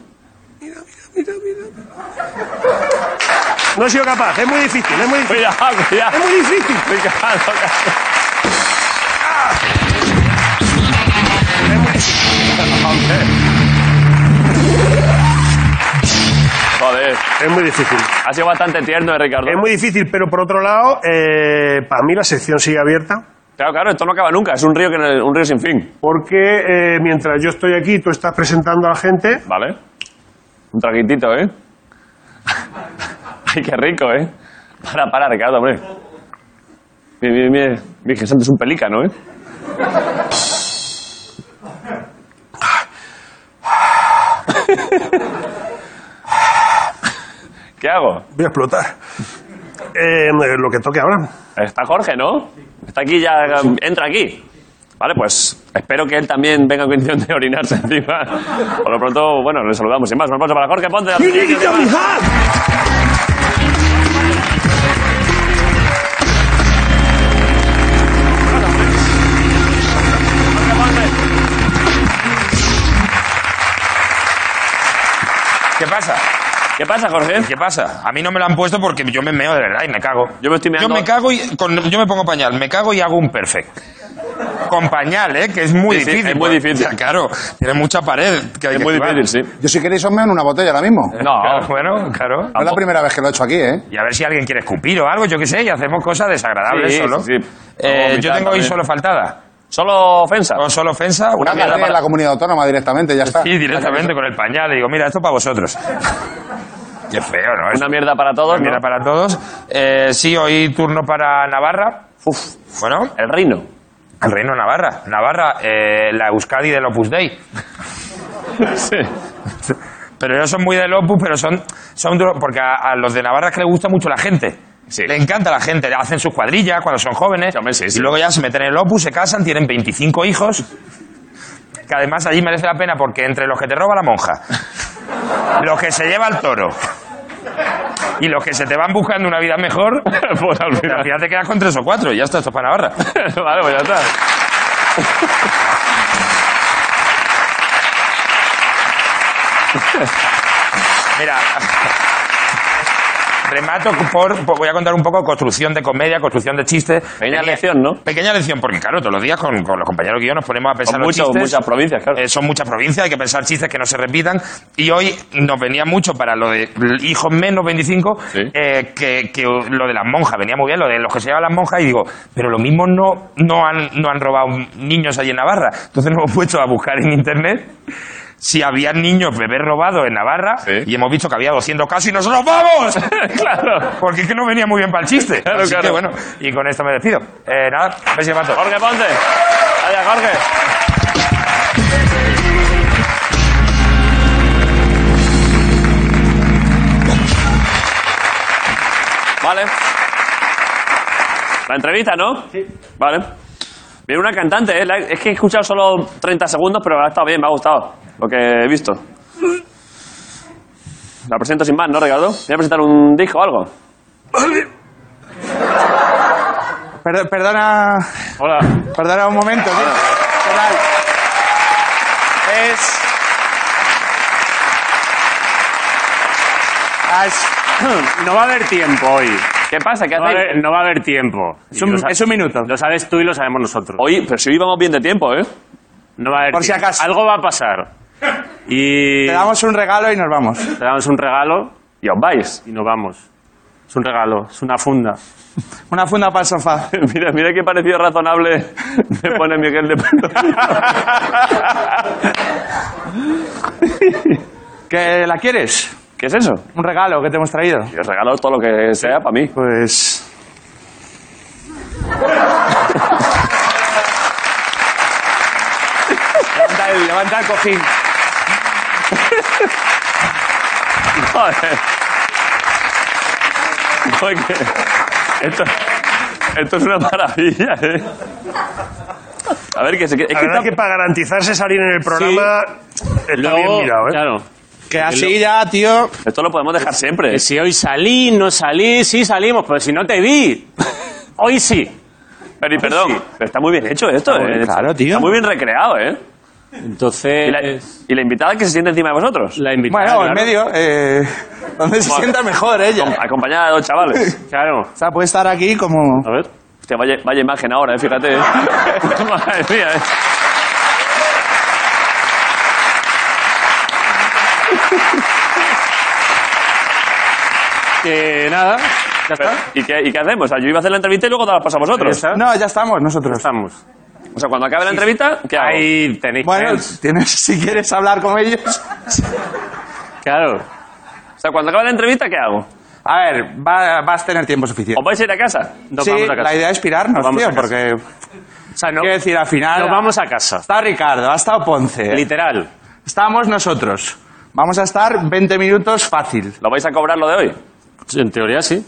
[SPEAKER 5] No he sido capaz, es muy difícil, es muy difícil.
[SPEAKER 1] Cuidado.
[SPEAKER 5] Es muy difícil.
[SPEAKER 1] Ricardo. Joder.
[SPEAKER 5] Es muy difícil.
[SPEAKER 1] Ha sido bastante tierno, Ricardo.
[SPEAKER 5] Es muy difícil, pero por otro lado, para mí la sección sigue abierta.
[SPEAKER 1] Claro, esto no acaba nunca. Es un río, un río sin fin.
[SPEAKER 5] Porque mientras yo estoy aquí, tú estás presentando a la gente.
[SPEAKER 1] Vale. Un traguitito, ¿eh? Ay, qué rico, ¿eh? Para, Ricardo, hombre. Mira, que antes es un pelícano, ¿eh? ¿Qué hago?
[SPEAKER 5] Voy a explotar. Lo que toque ahora.
[SPEAKER 1] Está Jorge, ¿no? Está aquí ya. Entra aquí. Vale, pues espero que él también venga en condición de orinarse encima. Por lo pronto, bueno, le saludamos. Sin más, un aplauso para Jorge Ponte.
[SPEAKER 5] ¡Mira,
[SPEAKER 7] ¿Qué pasa?
[SPEAKER 1] ¿Qué pasa, Jorge?
[SPEAKER 7] ¿Qué pasa? A mí no me lo han puesto porque yo me meo de verdad y me cago.
[SPEAKER 1] Yo me estoy meando.
[SPEAKER 7] Yo me cago y yo me pongo pañal, me cago y hago un perfect. Con pañal, que es muy
[SPEAKER 1] Sí,
[SPEAKER 7] difícil.
[SPEAKER 1] es muy difícil.
[SPEAKER 7] Claro, tiene mucha pared que hay
[SPEAKER 1] Es
[SPEAKER 7] que
[SPEAKER 1] muy
[SPEAKER 7] esquivar.
[SPEAKER 1] difícil, sí.
[SPEAKER 6] Yo si queréis os meo en una botella ahora mismo.
[SPEAKER 1] No,
[SPEAKER 7] Claro, bueno, claro.
[SPEAKER 6] No es la primera vez que lo he hecho aquí, ¿eh?
[SPEAKER 7] Y a ver si alguien quiere escupir o algo, yo qué sé, y hacemos cosas desagradables
[SPEAKER 1] Sí,
[SPEAKER 7] solo.
[SPEAKER 1] sí, sí.
[SPEAKER 7] Yo
[SPEAKER 1] Vomitar
[SPEAKER 7] tengo hoy
[SPEAKER 1] también.
[SPEAKER 7] solo faltada.
[SPEAKER 1] solo ofensa.
[SPEAKER 7] O solo ofensa, una
[SPEAKER 6] Una
[SPEAKER 7] mierda
[SPEAKER 6] carne en
[SPEAKER 7] para...
[SPEAKER 6] la comunidad autónoma directamente, ya está.
[SPEAKER 7] Sí, directamente con el pañal. Y digo, mira, esto para vosotros. Qué feo, ¿no?
[SPEAKER 1] Una mierda para todos,
[SPEAKER 7] Una mierda
[SPEAKER 1] ¿no?
[SPEAKER 7] para todos. Sí, hoy turno para Navarra. Bueno,
[SPEAKER 1] El reino.
[SPEAKER 7] el reino de Navarra. Navarra, la Euskadi del Opus Dei.
[SPEAKER 1] Sí.
[SPEAKER 7] Pero ellos son muy del Opus, pero son porque a los de Navarra es que les gusta mucho la gente.
[SPEAKER 1] Sí.
[SPEAKER 7] Le encanta la gente, hacen sus cuadrillas cuando son jóvenes.
[SPEAKER 1] Sí, hombre, sí, sí.
[SPEAKER 7] Y luego ya se meten en el Opus, se casan, tienen 25 hijos. Que además allí merece la pena porque entre los que te roba la monja, los que se lleva el toro y los que se te van buscando una vida mejor,
[SPEAKER 1] Pues al final.
[SPEAKER 7] al final te quedas con 3 o 4 y ya está, esto es para Navarra.
[SPEAKER 1] Vale, pues ya está.
[SPEAKER 7] Mira, remato voy a contar un poco construcción de comedia, construcción de chistes.
[SPEAKER 1] Pequeña lección, ¿no?
[SPEAKER 7] Pequeña lección, porque claro, todos los días con los compañeros que yo nos ponemos a pensar
[SPEAKER 1] Son
[SPEAKER 7] los chistes.
[SPEAKER 1] muchas provincias, claro.
[SPEAKER 7] Son muchas provincias, hay que pensar chistes que no se repitan. Y hoy nos venía mucho para lo de hijos menos 25,
[SPEAKER 1] Sí.
[SPEAKER 7] que lo de las monjas. Venía muy bien, lo de los que se llevan las monjas. Y digo, pero lo mismo no han robado niños allí en Navarra. Entonces nos hemos puesto a buscar en internet si había niños bebés robados en Navarra.
[SPEAKER 1] Sí.
[SPEAKER 7] Y hemos visto que había 200 casos y nosotros ¡vamos!
[SPEAKER 1] Claro.
[SPEAKER 7] Porque es que no venía muy bien para el chiste.
[SPEAKER 1] Claro,
[SPEAKER 7] Así
[SPEAKER 1] claro.
[SPEAKER 7] que bueno, y con esto me despido. Nada, besos y abrazos.
[SPEAKER 1] Jorge Ponce. Adiós, Jorge. Vale. La entrevista, ¿no? Sí. Vale. Viene una cantante, ¿eh? Es que he escuchado solo 30 segundos, pero ha estado bien, me ha gustado lo que he visto. La presento sin más, ¿no, Ricardo? ¿Voy a presentar un disco o algo?
[SPEAKER 8] Perdona,
[SPEAKER 1] Hola.
[SPEAKER 8] perdona un momento, tío. ¿Qué tal?
[SPEAKER 9] No va a haber tiempo hoy.
[SPEAKER 1] ¿Qué pasa? ¿Qué
[SPEAKER 9] No va a
[SPEAKER 1] hacéis?
[SPEAKER 9] haber, no va a haber tiempo.
[SPEAKER 8] Es un minuto.
[SPEAKER 9] Lo sabes tú y lo sabemos nosotros.
[SPEAKER 1] Oye, pero si hoy vamos bien de tiempo, ¿eh?
[SPEAKER 9] No va a haber
[SPEAKER 8] Por si
[SPEAKER 9] tiempo.
[SPEAKER 8] acaso.
[SPEAKER 9] Algo va a pasar. Y
[SPEAKER 8] Te damos un regalo y nos vamos.
[SPEAKER 9] te damos un regalo
[SPEAKER 1] Y os vais.
[SPEAKER 9] y nos vamos. Es un regalo, es una funda.
[SPEAKER 8] Una funda para el sofá.
[SPEAKER 1] Mira, mira qué parecido razonable me pone Miguel de Puerto.
[SPEAKER 8] ¿Que la quieres?
[SPEAKER 1] ¿Qué es eso?
[SPEAKER 8] Un regalo que te hemos traído.
[SPEAKER 1] Yo os regalo todo lo que sea para mí.
[SPEAKER 8] Pues... levanta el cojín.
[SPEAKER 1] Joder. Joder, esto es una maravilla, ¿eh? A ver, que se... Es
[SPEAKER 5] La
[SPEAKER 1] que
[SPEAKER 5] verdad que para garantizarse salir en el programa está bien mirado, ¿eh?
[SPEAKER 9] Claro.
[SPEAKER 8] Que así ya, tío...
[SPEAKER 1] esto lo podemos dejar siempre.
[SPEAKER 9] Que si hoy salí, no salí, sí salimos, pero si no te vi. Hoy sí.
[SPEAKER 1] Pero, y perdón, pero está muy bien hecho esto, ¿eh?
[SPEAKER 8] Claro, tío.
[SPEAKER 1] Está muy bien recreado, ¿eh?
[SPEAKER 9] Entonces,
[SPEAKER 1] Y la invitada que se siente encima de vosotros.
[SPEAKER 9] la invitada.
[SPEAKER 8] Bueno, en
[SPEAKER 9] claro.
[SPEAKER 8] medio, donde se sienta mejor ella.
[SPEAKER 1] Acompañada de dos chavales.
[SPEAKER 9] Claro.
[SPEAKER 8] O sea, puede estar aquí como...
[SPEAKER 9] A ver.
[SPEAKER 1] Hostia, vaya imagen ahora, fíjate. Madre mía,
[SPEAKER 9] Nada, ya está.
[SPEAKER 1] ¿Y qué hacemos? O sea, yo iba a hacer la entrevista y luego te la paso a vosotros.
[SPEAKER 8] No, ya estamos nosotros.
[SPEAKER 9] Estamos.
[SPEAKER 1] O sea, cuando acabe la entrevista, ¿qué hago?
[SPEAKER 9] Ahí tenéis.
[SPEAKER 8] Bueno, tienes, si quieres hablar con ellos...
[SPEAKER 9] Claro.
[SPEAKER 1] O sea, cuando acabe la entrevista, ¿qué hago?
[SPEAKER 8] A ver, vas a tener tiempo suficiente.
[SPEAKER 1] ¿Os vais a ir a casa?
[SPEAKER 9] Nos
[SPEAKER 8] Sí,
[SPEAKER 9] vamos a casa.
[SPEAKER 8] la idea es pirarnos,
[SPEAKER 9] Nos vamos
[SPEAKER 8] tío,
[SPEAKER 9] a casa.
[SPEAKER 8] porque...
[SPEAKER 9] O sea, no,
[SPEAKER 8] Quiero decir, al final...
[SPEAKER 9] nos vamos a casa.
[SPEAKER 8] Está Ricardo, ha estado Ponce.
[SPEAKER 9] Literal.
[SPEAKER 8] Estamos nosotros. Vamos a estar 20 minutos fácil.
[SPEAKER 1] ¿Lo vais a cobrar lo de hoy?
[SPEAKER 9] En teoría sí.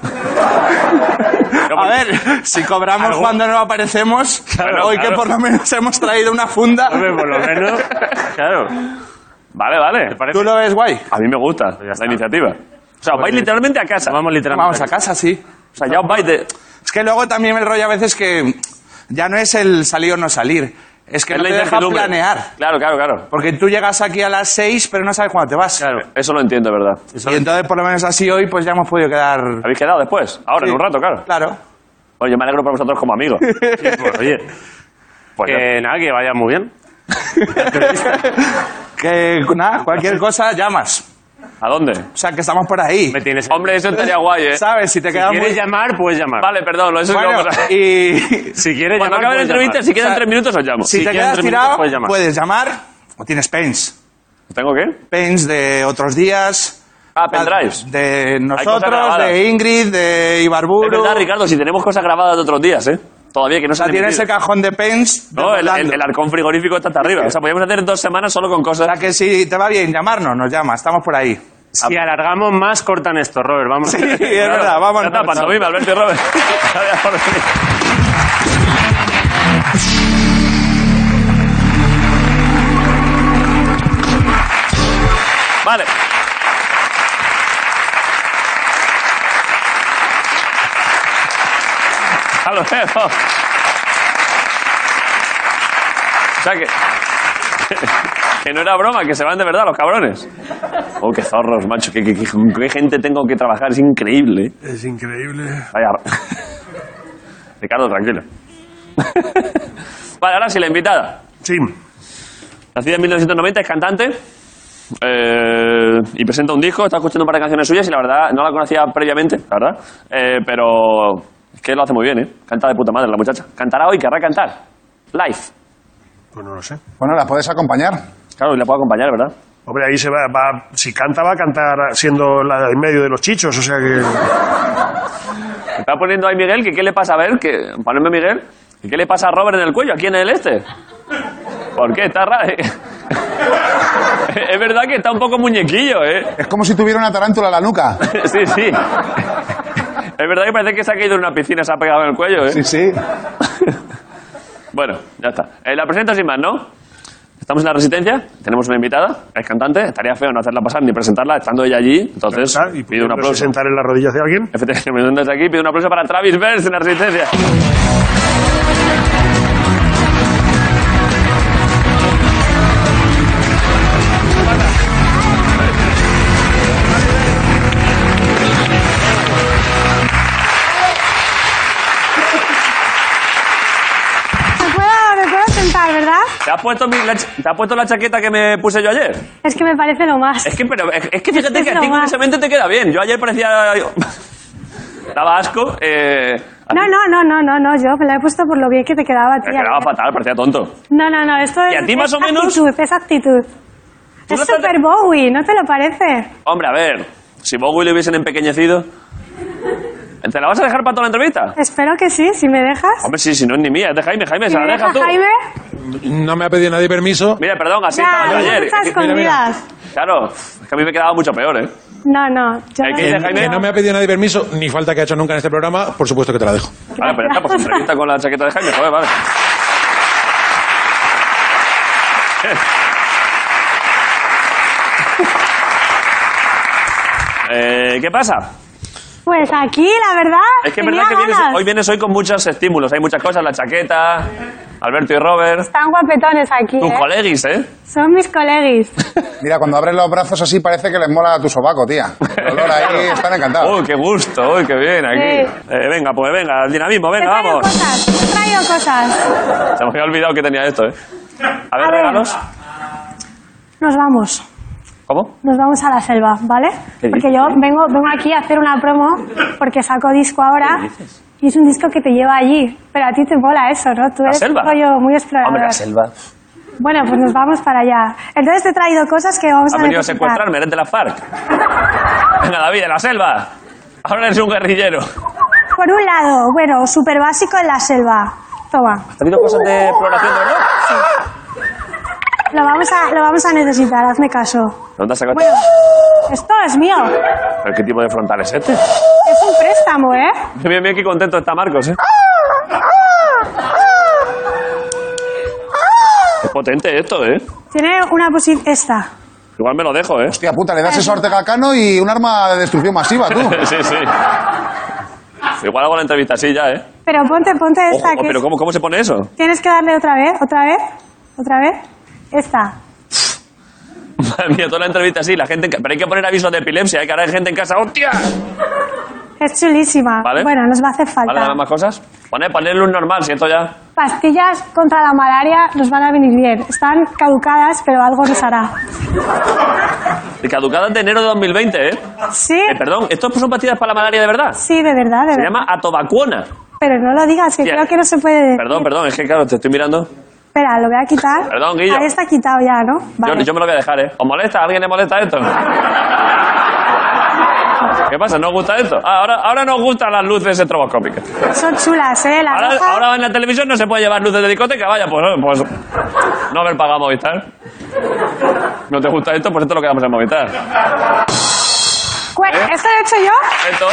[SPEAKER 8] A ver, si cobramos cuando no aparecemos,
[SPEAKER 1] Claro,
[SPEAKER 8] hoy
[SPEAKER 1] claro.
[SPEAKER 8] que por lo menos hemos traído una funda,
[SPEAKER 9] Hombre, por lo menos. Claro.
[SPEAKER 1] Vale, vale.
[SPEAKER 8] ¿tú lo ves guay?
[SPEAKER 1] A mí me gusta la iniciativa. O sea, os vais literalmente a casa.
[SPEAKER 9] Vamos literalmente.
[SPEAKER 8] Vamos a casa, sí.
[SPEAKER 1] O sea, ya os vais de...
[SPEAKER 8] Es que luego también el rollo a veces que ya no es el salir o no salir, Es que
[SPEAKER 1] Es
[SPEAKER 8] no
[SPEAKER 1] la
[SPEAKER 8] te deja
[SPEAKER 1] incertidumbre.
[SPEAKER 8] planear.
[SPEAKER 1] Claro.
[SPEAKER 8] Porque tú llegas aquí a las 6, pero no sabes cuándo te vas.
[SPEAKER 1] Claro, eso lo entiendo, ¿verdad?
[SPEAKER 8] Y entonces, por lo menos así hoy, pues ya hemos podido quedar...
[SPEAKER 1] ¿Habéis quedado después? Ahora,
[SPEAKER 8] Sí.
[SPEAKER 1] en un rato, claro.
[SPEAKER 8] Claro.
[SPEAKER 1] Oye, yo me alegro por vosotros como amigos.
[SPEAKER 9] Pues, oye,
[SPEAKER 1] Pues
[SPEAKER 9] que nada, que vaya muy bien.
[SPEAKER 8] Que nada, cualquier cosa llamas.
[SPEAKER 1] ¿A dónde?
[SPEAKER 8] O sea, que estamos por ahí.
[SPEAKER 9] Me tienes...
[SPEAKER 1] Hombre, eso estaría guay, ¿eh?
[SPEAKER 8] ¿Sabes? Si te
[SPEAKER 9] Si
[SPEAKER 8] quedas
[SPEAKER 9] quieres
[SPEAKER 8] muy...
[SPEAKER 9] llamar, puedes llamar.
[SPEAKER 1] Vale, perdón, eso es lo que
[SPEAKER 8] Bueno,
[SPEAKER 1] vamos a...
[SPEAKER 8] y...
[SPEAKER 9] Si quieres
[SPEAKER 1] Cuando
[SPEAKER 9] llamar,
[SPEAKER 1] acabe la
[SPEAKER 9] puedes
[SPEAKER 1] entrevista,
[SPEAKER 9] llamar.
[SPEAKER 1] si quedan
[SPEAKER 8] O sea,
[SPEAKER 1] 3 minutos, os llamo.
[SPEAKER 8] Si te
[SPEAKER 9] quedan
[SPEAKER 8] quedas
[SPEAKER 9] 3 minutos,
[SPEAKER 8] tirado,
[SPEAKER 9] puedes llamar.
[SPEAKER 8] puedes llamar o tienes pens.
[SPEAKER 1] ¿Tengo qué?
[SPEAKER 8] Pens de otros días.
[SPEAKER 1] Ah, pendrives.
[SPEAKER 8] De
[SPEAKER 1] cosas
[SPEAKER 8] nosotros,
[SPEAKER 1] grabadas.
[SPEAKER 8] de Ingrid, de Ibarburu.
[SPEAKER 1] Es verdad, Ricardo, si tenemos cosas grabadas de otros días, ¿eh? Todavía que no
[SPEAKER 8] O
[SPEAKER 1] se
[SPEAKER 8] sea,
[SPEAKER 1] han
[SPEAKER 8] tienes
[SPEAKER 1] emitido.
[SPEAKER 8] el cajón de pens.
[SPEAKER 1] No, el
[SPEAKER 8] desbordando.
[SPEAKER 1] arcón frigorífico está hasta arriba. O sea, podríamos hacer 2 semanas solo con
[SPEAKER 8] O
[SPEAKER 1] cosas...
[SPEAKER 8] sea, que si te va bien llamarnos, nos llama. Estamos por ahí.
[SPEAKER 9] Si alargamos más, cortan esto, Robert. Vamos.
[SPEAKER 8] Sí, es verdad, vamos.
[SPEAKER 1] Ya está, pantomima, Alberto y Robert. Gracias por venir. Vale. Hasta luego. O sea que no era broma, que se van de verdad los cabrones. Oh, qué zorros, macho. Qué gente tengo que trabajar. Es increíble. ¿Eh?
[SPEAKER 5] Es increíble.
[SPEAKER 1] Vaya. Ricardo, tranquilo. Vale, ahora sí, la invitada.
[SPEAKER 5] Sí.
[SPEAKER 1] Nacida en 1990, es cantante. Y presenta un disco. Estaba escuchando un par de canciones suyas y la verdad no la conocía previamente, la verdad. Pero es que lo hace muy bien, ¿eh? Canta de puta madre la muchacha. Cantará hoy, querrá cantar. Live.
[SPEAKER 5] Pues no lo sé.
[SPEAKER 6] Bueno, la puedes acompañar.
[SPEAKER 1] Claro, y la puedo acompañar, ¿verdad?
[SPEAKER 5] Hombre, ahí se va, si canta, va a cantar siendo la en medio de los chichos, o sea que...
[SPEAKER 1] Me está poniendo ahí Miguel, que qué le pasa a ver, que ponerme Miguel, que qué le pasa a Robert en el cuello, aquí en el este. ¿Por qué? Está raro. Es verdad que está un poco muñequillo, ¿eh?
[SPEAKER 6] Es como si tuviera una tarántula en la nuca.
[SPEAKER 1] Sí, sí. Es verdad que parece que se ha caído en una piscina, se ha pegado en el cuello, ¿eh?
[SPEAKER 6] Sí, sí.
[SPEAKER 1] Bueno, ya está. La presento sin más, ¿no? Estamos en la Resistencia, tenemos una invitada, es cantante, estaría feo no hacerla pasar ni presentarla estando ella allí, entonces
[SPEAKER 5] Y
[SPEAKER 1] pido un aplauso.
[SPEAKER 5] sentar en las rodillas de alguien.
[SPEAKER 1] Efectivamente, desde aquí pido un aplauso para Travis Bers en la Resistencia.
[SPEAKER 10] Me puedo sentar, ¿verdad?
[SPEAKER 1] ¿Te has puesto la chaqueta que me puse yo ayer?
[SPEAKER 10] Es que me parece lo más.
[SPEAKER 1] Es que fíjate que a ti
[SPEAKER 10] lo más.
[SPEAKER 1] curiosamente te queda bien. Yo ayer parecía... Daba asco.
[SPEAKER 10] No, yo me la he puesto por lo bien que te quedaba a ti.
[SPEAKER 1] Me quedaba fatal, parecía tonto.
[SPEAKER 10] No, esto
[SPEAKER 1] ¿Y a ti más o menos?
[SPEAKER 10] Es actitud.
[SPEAKER 1] ¿Tú
[SPEAKER 10] Es
[SPEAKER 1] no te-
[SPEAKER 10] super Bowie, ¿no te lo parece?
[SPEAKER 1] Hombre, a ver, si Bowie le hubiesen empequeñecido... ¿Te la vas a dejar para toda la entrevista?
[SPEAKER 10] Espero que sí, si me dejas.
[SPEAKER 1] Hombre, sí, si no es ni mía, es de Jaime. Jaime,
[SPEAKER 10] Si
[SPEAKER 1] se la
[SPEAKER 10] me
[SPEAKER 1] dejas
[SPEAKER 10] dejas,
[SPEAKER 1] tú.
[SPEAKER 10] Jaime,
[SPEAKER 2] No me ha pedido nadie permiso.
[SPEAKER 1] Mira, perdón, así
[SPEAKER 10] ya,
[SPEAKER 1] estaba yo
[SPEAKER 10] no
[SPEAKER 1] ayer.
[SPEAKER 10] está
[SPEAKER 1] Es que-
[SPEAKER 10] escondidas.
[SPEAKER 1] Claro, es que a mí me quedaba mucho peor, ¿eh?
[SPEAKER 10] No, yo
[SPEAKER 1] Hay
[SPEAKER 10] no
[SPEAKER 1] que
[SPEAKER 10] sé.
[SPEAKER 1] ir de Jaime.
[SPEAKER 2] Que no me ha pedido nadie permiso, ni falta que ha hecho nunca en este programa, por supuesto que te la dejo.
[SPEAKER 1] Vale, pero ya está, pues entrevista con la chaqueta de Jaime, joder, vale. ¿Qué pasa?
[SPEAKER 10] Pues aquí, la verdad,
[SPEAKER 1] Es que es
[SPEAKER 10] tenía
[SPEAKER 1] verdad que
[SPEAKER 10] ganas.
[SPEAKER 1] vienes hoy con muchos estímulos. Hay muchas cosas, la chaqueta, Alberto y Robert.
[SPEAKER 10] Están guapetones aquí,
[SPEAKER 1] Tus colegis, ¿eh?
[SPEAKER 10] Son mis colegis.
[SPEAKER 6] Mira, cuando abres los brazos así parece que les mola tu sobaco, tía. El olor ahí, están encantados.
[SPEAKER 1] Uy, qué gusto, uy, qué bien aquí.
[SPEAKER 10] Sí.
[SPEAKER 1] Venga, pues venga, al dinamismo,
[SPEAKER 10] Te
[SPEAKER 1] venga,
[SPEAKER 10] traigo
[SPEAKER 1] vamos.
[SPEAKER 10] cosas, te traigo cosas.
[SPEAKER 1] Se me había olvidado que tenía esto, ¿eh? A ver,
[SPEAKER 10] A ver.
[SPEAKER 1] regalos.
[SPEAKER 10] Nos vamos.
[SPEAKER 1] ¿Cómo?
[SPEAKER 10] Nos vamos a la selva, ¿vale?
[SPEAKER 1] ¿Qué
[SPEAKER 10] Porque
[SPEAKER 1] dices?
[SPEAKER 10] yo vengo aquí a hacer una promo porque saco disco ahora
[SPEAKER 1] ¿Qué dices?
[SPEAKER 10] y es un disco que te lleva allí. Pero a ti te mola eso, ¿no? Tú
[SPEAKER 1] ¿La
[SPEAKER 10] eres
[SPEAKER 1] selva?
[SPEAKER 10] un rollo muy explorador.
[SPEAKER 1] Hombre, la selva.
[SPEAKER 10] Bueno, pues nos vamos para allá. Entonces te he traído cosas que vamos
[SPEAKER 1] Has
[SPEAKER 10] a
[SPEAKER 1] venido a
[SPEAKER 10] necesitar.
[SPEAKER 1] secuestrarme, eres de la FARC. Venga, David, de la selva. Ahora eres un guerrillero.
[SPEAKER 10] Por un lado, bueno, súper básico en la selva. Toma.
[SPEAKER 1] ¿Has traído cosas de exploración, de verdad?
[SPEAKER 10] Lo vamos a necesitar, hazme caso.
[SPEAKER 1] ¿Dónde has sacado?
[SPEAKER 10] Bueno, esto es mío.
[SPEAKER 1] ¿Pero qué tipo de frontal es este?
[SPEAKER 10] Es un préstamo, ¿eh?
[SPEAKER 1] Bien, bien, qué contento está Marcos, ¿eh? Es potente esto, ¿eh?
[SPEAKER 10] Tiene una esta.
[SPEAKER 1] Igual me lo dejo, ¿eh?
[SPEAKER 6] Hostia puta, le das eso a Ortega Cano y un arma de destrucción masiva, tú.
[SPEAKER 1] Sí, sí. Igual hago la entrevista así ya, ¿eh?
[SPEAKER 10] Pero ponte esta.
[SPEAKER 1] Ojo,
[SPEAKER 10] que
[SPEAKER 1] pero
[SPEAKER 10] es-
[SPEAKER 1] ¿cómo se pone eso?
[SPEAKER 10] Tienes que darle otra vez. Esta.
[SPEAKER 1] Madre mía, toda la entrevista así, la gente... Pero hay que poner avisos de epilepsia, que ahora hay gente en casa. ¡Hostia!
[SPEAKER 10] Es chulísima.
[SPEAKER 1] Vale.
[SPEAKER 10] Bueno, nos va a hacer falta.
[SPEAKER 1] ¿Vale, dame más cosas? Poner luz normal, si esto ya...
[SPEAKER 10] Pastillas contra la malaria nos van a venir bien. Están caducadas, pero algo nos hará.
[SPEAKER 1] De caducadas de enero de 2020, ¿eh?
[SPEAKER 10] Sí.
[SPEAKER 1] Perdón, ¿estos son pastillas para la malaria de verdad?
[SPEAKER 10] Sí, de verdad, de
[SPEAKER 1] Se
[SPEAKER 10] verdad.
[SPEAKER 1] llama atovacuona.
[SPEAKER 10] Pero no lo digas, que
[SPEAKER 1] Hostia.
[SPEAKER 10] creo que no se puede decir.
[SPEAKER 1] Perdón, es que claro, te estoy mirando.
[SPEAKER 10] Espera, lo voy a quitar.
[SPEAKER 1] Perdón, Guillo.
[SPEAKER 10] Ahí está quitado ya, ¿no? Vale.
[SPEAKER 1] Yo me lo voy a dejar, ¿eh? ¿Os molesta? ¿A alguien le molesta esto? ¿Qué pasa? ¿No os gusta esto? Ah, ahora nos gustan las luces estroboscópicas.
[SPEAKER 10] Son chulas, ¿eh? La roja.
[SPEAKER 1] Ahora en la televisión no se puede llevar luces de discoteca. Vaya, pues no haber pagado Movistar. ¿No te gusta esto? Pues esto lo quedamos en Movistar.
[SPEAKER 10] ¿Esto lo he hecho yo?
[SPEAKER 1] Esto.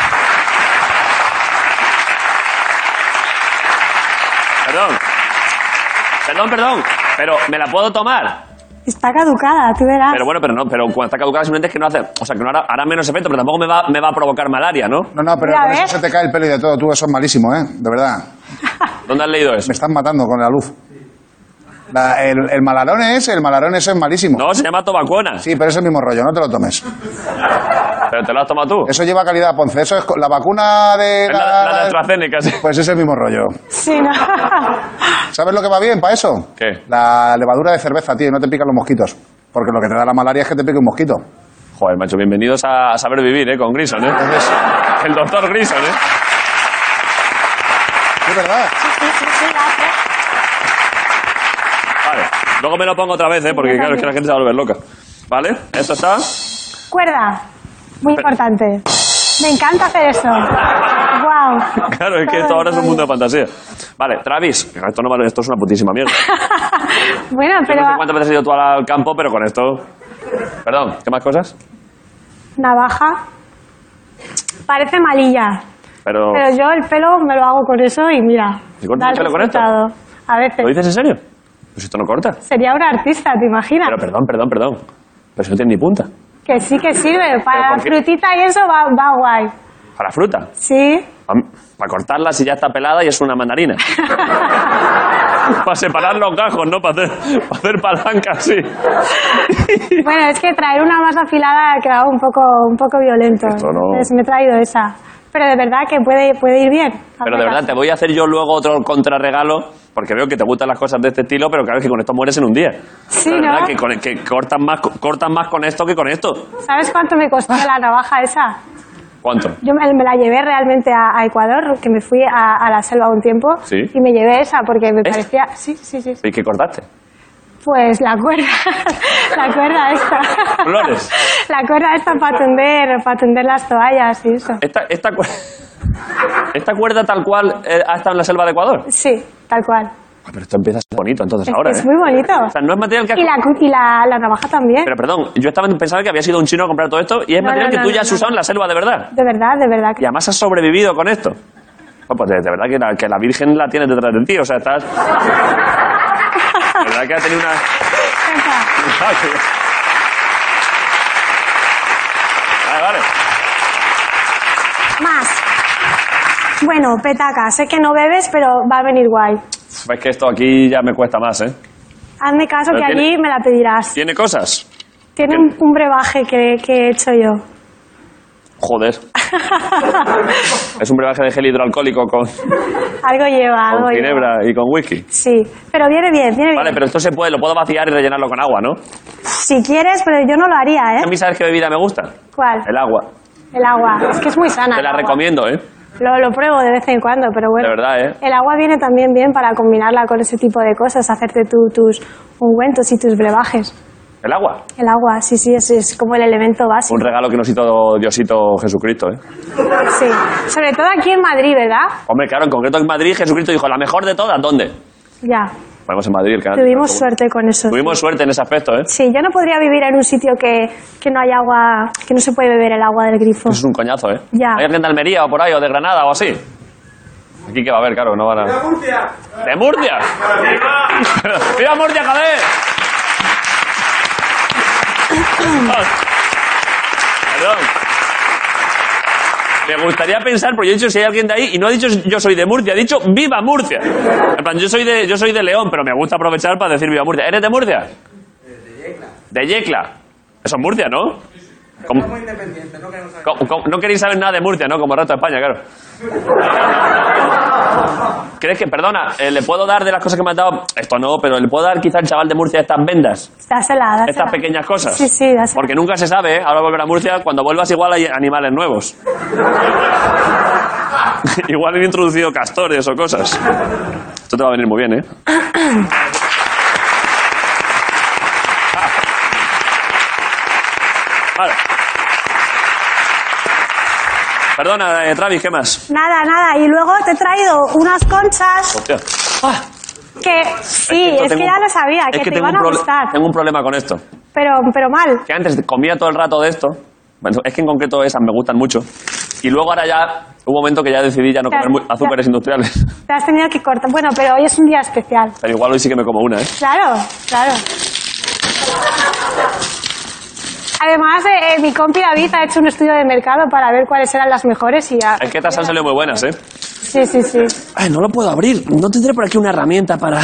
[SPEAKER 1] Perdón. Pero ¿me la puedo tomar?
[SPEAKER 10] Está caducada, tú verás.
[SPEAKER 1] Pero bueno, pero cuando está caducada simplemente es que no hace... O sea, que no hará menos efecto, pero tampoco me va a provocar malaria, ¿no?
[SPEAKER 6] No, pero
[SPEAKER 10] Mira,
[SPEAKER 6] con
[SPEAKER 10] ¿ves?
[SPEAKER 6] eso se te cae el pelo y de todo. Tú, eso es malísimo, ¿eh? De verdad.
[SPEAKER 1] ¿Dónde has leído eso?
[SPEAKER 6] Me están matando con la luz. El malarón eso es malísimo.
[SPEAKER 1] No, se llama tobacuona.
[SPEAKER 6] Sí, pero es el mismo rollo, no te lo tomes.
[SPEAKER 1] ¿Pero te lo has tomado tú?
[SPEAKER 6] Eso lleva calidad Ponce. Eso es la vacuna de...
[SPEAKER 1] Es la de AstraZeneca, sí.
[SPEAKER 6] Pues es el mismo rollo.
[SPEAKER 10] Sí, no.
[SPEAKER 6] ¿Sabes lo que va bien para eso?
[SPEAKER 1] ¿Qué?
[SPEAKER 6] La levadura de cerveza, tío, y no te pican los mosquitos. Porque lo que te da la malaria es que te pique un mosquito.
[SPEAKER 1] Joder, macho, bienvenidos a Saber Vivir, con Grison,
[SPEAKER 6] Entonces,
[SPEAKER 1] El doctor Grison,
[SPEAKER 6] es verdad.
[SPEAKER 10] Sí, la hace.
[SPEAKER 1] Vale. Luego me lo pongo otra vez, porque
[SPEAKER 10] Yo
[SPEAKER 1] claro, es que la gente se va a volver loca. ¿Vale? Esto está...
[SPEAKER 10] Cuerda. Muy importante. Me encanta hacer eso. Wow.
[SPEAKER 1] Claro, es que esto ahora es un mundo de fantasía. Vale, Travis. Esto no vale, esto es una putísima mierda.
[SPEAKER 10] Bueno,
[SPEAKER 1] Yo
[SPEAKER 10] pero
[SPEAKER 1] no sé cuántas veces has ido tú al campo, pero con esto... Perdón, ¿qué más cosas?
[SPEAKER 10] navaja. Parece malilla.
[SPEAKER 1] Pero
[SPEAKER 10] yo el pelo me lo hago con eso y mira.
[SPEAKER 1] ¿te cortas
[SPEAKER 10] da
[SPEAKER 1] el pelo con esto?
[SPEAKER 10] resultado. A veces.
[SPEAKER 1] ¿Lo dices en serio? Pues esto no corta.
[SPEAKER 10] Sería un artista, ¿te imaginas?
[SPEAKER 1] Pero perdón. Pero si no tiene ni punta.
[SPEAKER 10] Que sí que sirve. Para
[SPEAKER 1] por
[SPEAKER 10] la
[SPEAKER 1] qué?
[SPEAKER 10] frutita y eso va guay.
[SPEAKER 1] Para la fruta.
[SPEAKER 10] Sí.
[SPEAKER 1] Para cortarla si ya está pelada y es una mandarina. Para separar los gajos, ¿no? Para hacer palancas, sí.
[SPEAKER 10] Bueno, es que traer una más afilada ha quedado un poco violento.
[SPEAKER 1] Esto no.
[SPEAKER 10] Entonces me he traído esa. Pero de verdad que puede ir bien.
[SPEAKER 1] Pero de verdad, te voy a hacer yo luego otro contrarregalo, porque veo que te gustan las cosas de este estilo, pero claro, es que con esto mueres en un día.
[SPEAKER 10] Sí,
[SPEAKER 1] La verdad,
[SPEAKER 10] ¿no?
[SPEAKER 1] que cortan más con esto que con esto.
[SPEAKER 10] ¿Sabes cuánto me costó la navaja esa?
[SPEAKER 1] ¿Cuánto?
[SPEAKER 10] Yo me la llevé realmente a Ecuador, que me fui a la selva un tiempo.
[SPEAKER 1] Sí.
[SPEAKER 10] Y me llevé esa porque me
[SPEAKER 1] ¿Esta?
[SPEAKER 10] parecía... Sí.
[SPEAKER 1] ¿Y qué cortaste?
[SPEAKER 10] Pues la cuerda. La cuerda esta.
[SPEAKER 1] Flores.
[SPEAKER 10] La cuerda esta para tender las toallas y eso.
[SPEAKER 1] ¿Esta cuerda tal cual ha estado en la selva de Ecuador?
[SPEAKER 10] Sí, tal cual.
[SPEAKER 1] Pero esto empieza a ser bonito entonces
[SPEAKER 10] Es
[SPEAKER 1] ahora,
[SPEAKER 10] que es
[SPEAKER 1] ¿eh?
[SPEAKER 10] muy bonito.
[SPEAKER 1] O sea, no es material que...
[SPEAKER 10] Y la navaja también.
[SPEAKER 1] Pero perdón, yo estaba pensando que había sido un chino a comprar todo esto y es
[SPEAKER 10] No,
[SPEAKER 1] material
[SPEAKER 10] no,
[SPEAKER 1] que tú
[SPEAKER 10] no,
[SPEAKER 1] ya has
[SPEAKER 10] no.
[SPEAKER 1] usado en la selva de verdad.
[SPEAKER 10] De verdad.
[SPEAKER 1] Y además has sobrevivido con esto. Bueno, pues de verdad que la Virgen la tienes detrás de ti, o sea, estás... De verdad que ha tenido una... Vale.
[SPEAKER 10] Más. Bueno, petaca. Sé que no bebes, pero va a venir guay.
[SPEAKER 1] Es que esto aquí ya me cuesta más, ¿eh?
[SPEAKER 10] Hazme caso
[SPEAKER 1] Pero
[SPEAKER 10] que
[SPEAKER 1] tiene-
[SPEAKER 10] allí me la pedirás.
[SPEAKER 1] ¿Tiene cosas?
[SPEAKER 10] Tiene un brebaje que he hecho yo.
[SPEAKER 1] Joder. Es un brebaje de gel hidroalcohólico con
[SPEAKER 10] Algo lleva.
[SPEAKER 1] ginebra y con whisky.
[SPEAKER 10] Sí, pero viene bien.
[SPEAKER 1] Vale, pero esto lo puedo vaciar y rellenarlo con agua, ¿no?
[SPEAKER 10] Si quieres, pero yo no lo haría, ¿eh?
[SPEAKER 1] ¿A mí sabes qué bebida me gusta?
[SPEAKER 10] ¿Cuál?
[SPEAKER 1] El agua.
[SPEAKER 10] El agua. Es que es muy sana.
[SPEAKER 1] Te
[SPEAKER 10] el
[SPEAKER 1] la
[SPEAKER 10] agua.
[SPEAKER 1] recomiendo, ¿eh?
[SPEAKER 10] Lo pruebo de vez en cuando, pero bueno.
[SPEAKER 1] De verdad, ¿eh?
[SPEAKER 10] El agua viene también bien para combinarla con ese tipo de cosas, hacerte tus ungüentos y tus brebajes.
[SPEAKER 1] El agua.
[SPEAKER 10] El agua, sí, es como el elemento básico.
[SPEAKER 1] Un regalo que nos hizo Diosito Jesucristo, ¿eh?
[SPEAKER 10] Sí. Sobre todo aquí en Madrid, ¿verdad?
[SPEAKER 1] Hombre, claro, en concreto en Madrid Jesucristo dijo, la mejor de todas, ¿dónde?
[SPEAKER 10] Ya.
[SPEAKER 1] Ponemos en Madrid el canal.
[SPEAKER 10] Tuvimos suerte con eso.
[SPEAKER 1] Tuvimos suerte en ese aspecto, ¿eh?
[SPEAKER 10] Sí, yo no podría vivir en un sitio que no hay agua, que no se puede beber el agua del grifo.
[SPEAKER 1] Eso es un coñazo, ¿eh?
[SPEAKER 10] Ya.
[SPEAKER 1] ¿Hay alguien de Almería o por ahí, o de Granada o así? Aquí que va a haber, claro, no van a... ¡De Murcia! ¡De Murcia! ¡Viva Murcia, joder! Perdón. Me gustaría pensar, porque yo he dicho si hay alguien de ahí y no ha dicho yo soy de Murcia, ha dicho ¡viva Murcia! En plan, yo soy de León, pero me gusta aprovechar para decir ¡viva Murcia! ¿Eres de Murcia? De Yecla. De Yecla. Eso es Murcia, ¿no? Somos independientes, no queremos saber. No queréis saber nada de Murcia, ¿no? Como el resto de España, claro. ¿Crees que, perdona, le puedo dar de las cosas que me has dado? Esto no, pero le puedo dar quizá al chaval de Murcia estas vendas.
[SPEAKER 10] Dásela.
[SPEAKER 1] Estas pequeñas cosas.
[SPEAKER 10] Sí, dásela.
[SPEAKER 1] Porque nunca se sabe, ¿eh? Ahora volver a Murcia, cuando vuelvas igual hay animales nuevos. Igual han introducido castores o cosas. Esto te va a venir muy bien, ¿eh? Vale. Perdona, Travis, ¿qué más?
[SPEAKER 10] Nada. Y luego te he traído unas conchas.
[SPEAKER 1] Hostia.
[SPEAKER 10] Que sí, es que ya lo sabía, que te iban a gustar.
[SPEAKER 1] Tengo un problema con esto.
[SPEAKER 10] Pero mal.
[SPEAKER 1] Que antes comía todo el rato de esto. Bueno, es que en concreto esas me gustan mucho. Y luego ahora ya hubo un momento que ya decidí ya no comer azúcares industriales.
[SPEAKER 10] Te has tenido que cortar. Bueno, pero hoy es un día especial.
[SPEAKER 1] Pero igual hoy sí que me como una, ¿eh?
[SPEAKER 10] Claro. Además, mi compi David ha hecho un estudio de mercado para ver cuáles eran las mejores y ya...
[SPEAKER 1] Es que estas han salido muy buenas, ¿eh?
[SPEAKER 10] Sí.
[SPEAKER 1] Ay, no lo puedo abrir. No tendré por aquí una herramienta para...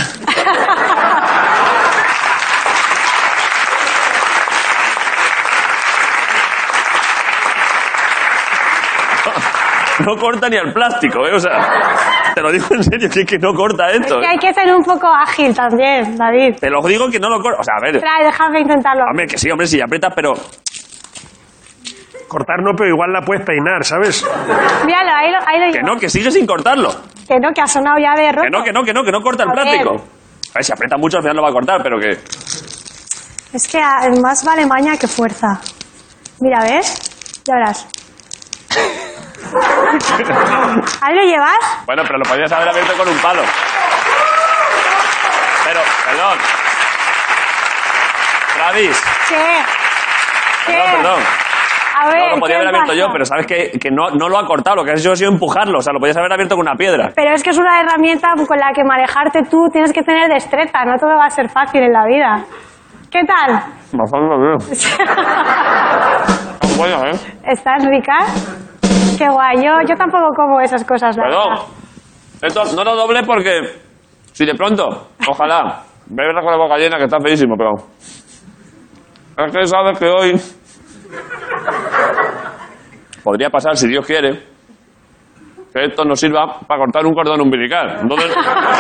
[SPEAKER 1] No corta ni al plástico, ¿eh? O sea, te lo digo en serio, que no corta esto.
[SPEAKER 10] Es que hay que ser un poco ágil también, David.
[SPEAKER 1] Te lo digo que no lo corta. O sea, a ver...
[SPEAKER 10] Trae, déjame intentarlo.
[SPEAKER 1] Hombre, que sí, hombre, si aprietas, pero...
[SPEAKER 5] Cortar no, pero igual la puedes peinar, ¿sabes?
[SPEAKER 10] Míralo, ahí lo
[SPEAKER 1] Que
[SPEAKER 10] llevo.
[SPEAKER 1] no, que sigue sin cortarlo.
[SPEAKER 10] Que no, que ha sonado ya de roto.
[SPEAKER 1] Que no corta el
[SPEAKER 10] Joder.
[SPEAKER 1] plástico. A ver, si aprieta mucho al final lo va a cortar, pero que...
[SPEAKER 10] Es que más vale maña que fuerza. Mira, ¿ves? Ya verás. ¿Ahí lo llevas?
[SPEAKER 1] Bueno, pero lo podías haber abierto con un palo. Pero, perdón. Travis.
[SPEAKER 10] ¿Qué?
[SPEAKER 1] Perdón.
[SPEAKER 10] A ver,
[SPEAKER 1] No, lo podía
[SPEAKER 10] ¿qué
[SPEAKER 1] haber abierto
[SPEAKER 10] pasa?
[SPEAKER 1] yo, pero sabes que no lo ha cortado. Lo que has hecho ha sido empujarlo. O sea, lo podías haber abierto con una piedra.
[SPEAKER 10] Pero es que es una herramienta con la que manejarte tú tienes que tener destreza. No todo va a ser fácil en la vida. ¿Qué tal?
[SPEAKER 1] Bastante bien. Son buenas, ¿eh?
[SPEAKER 10] ¿Están ricas? Qué guay. Yo tampoco como esas cosas, la
[SPEAKER 1] Perdón.
[SPEAKER 10] verdad.
[SPEAKER 1] Esto no lo doble porque... Si de pronto, ojalá, bebes con la boca llena, que está feísimo, pero... Es que sabes que hoy... Podría pasar, si Dios quiere, que esto nos sirva para cortar un cordón umbilical. Entonces...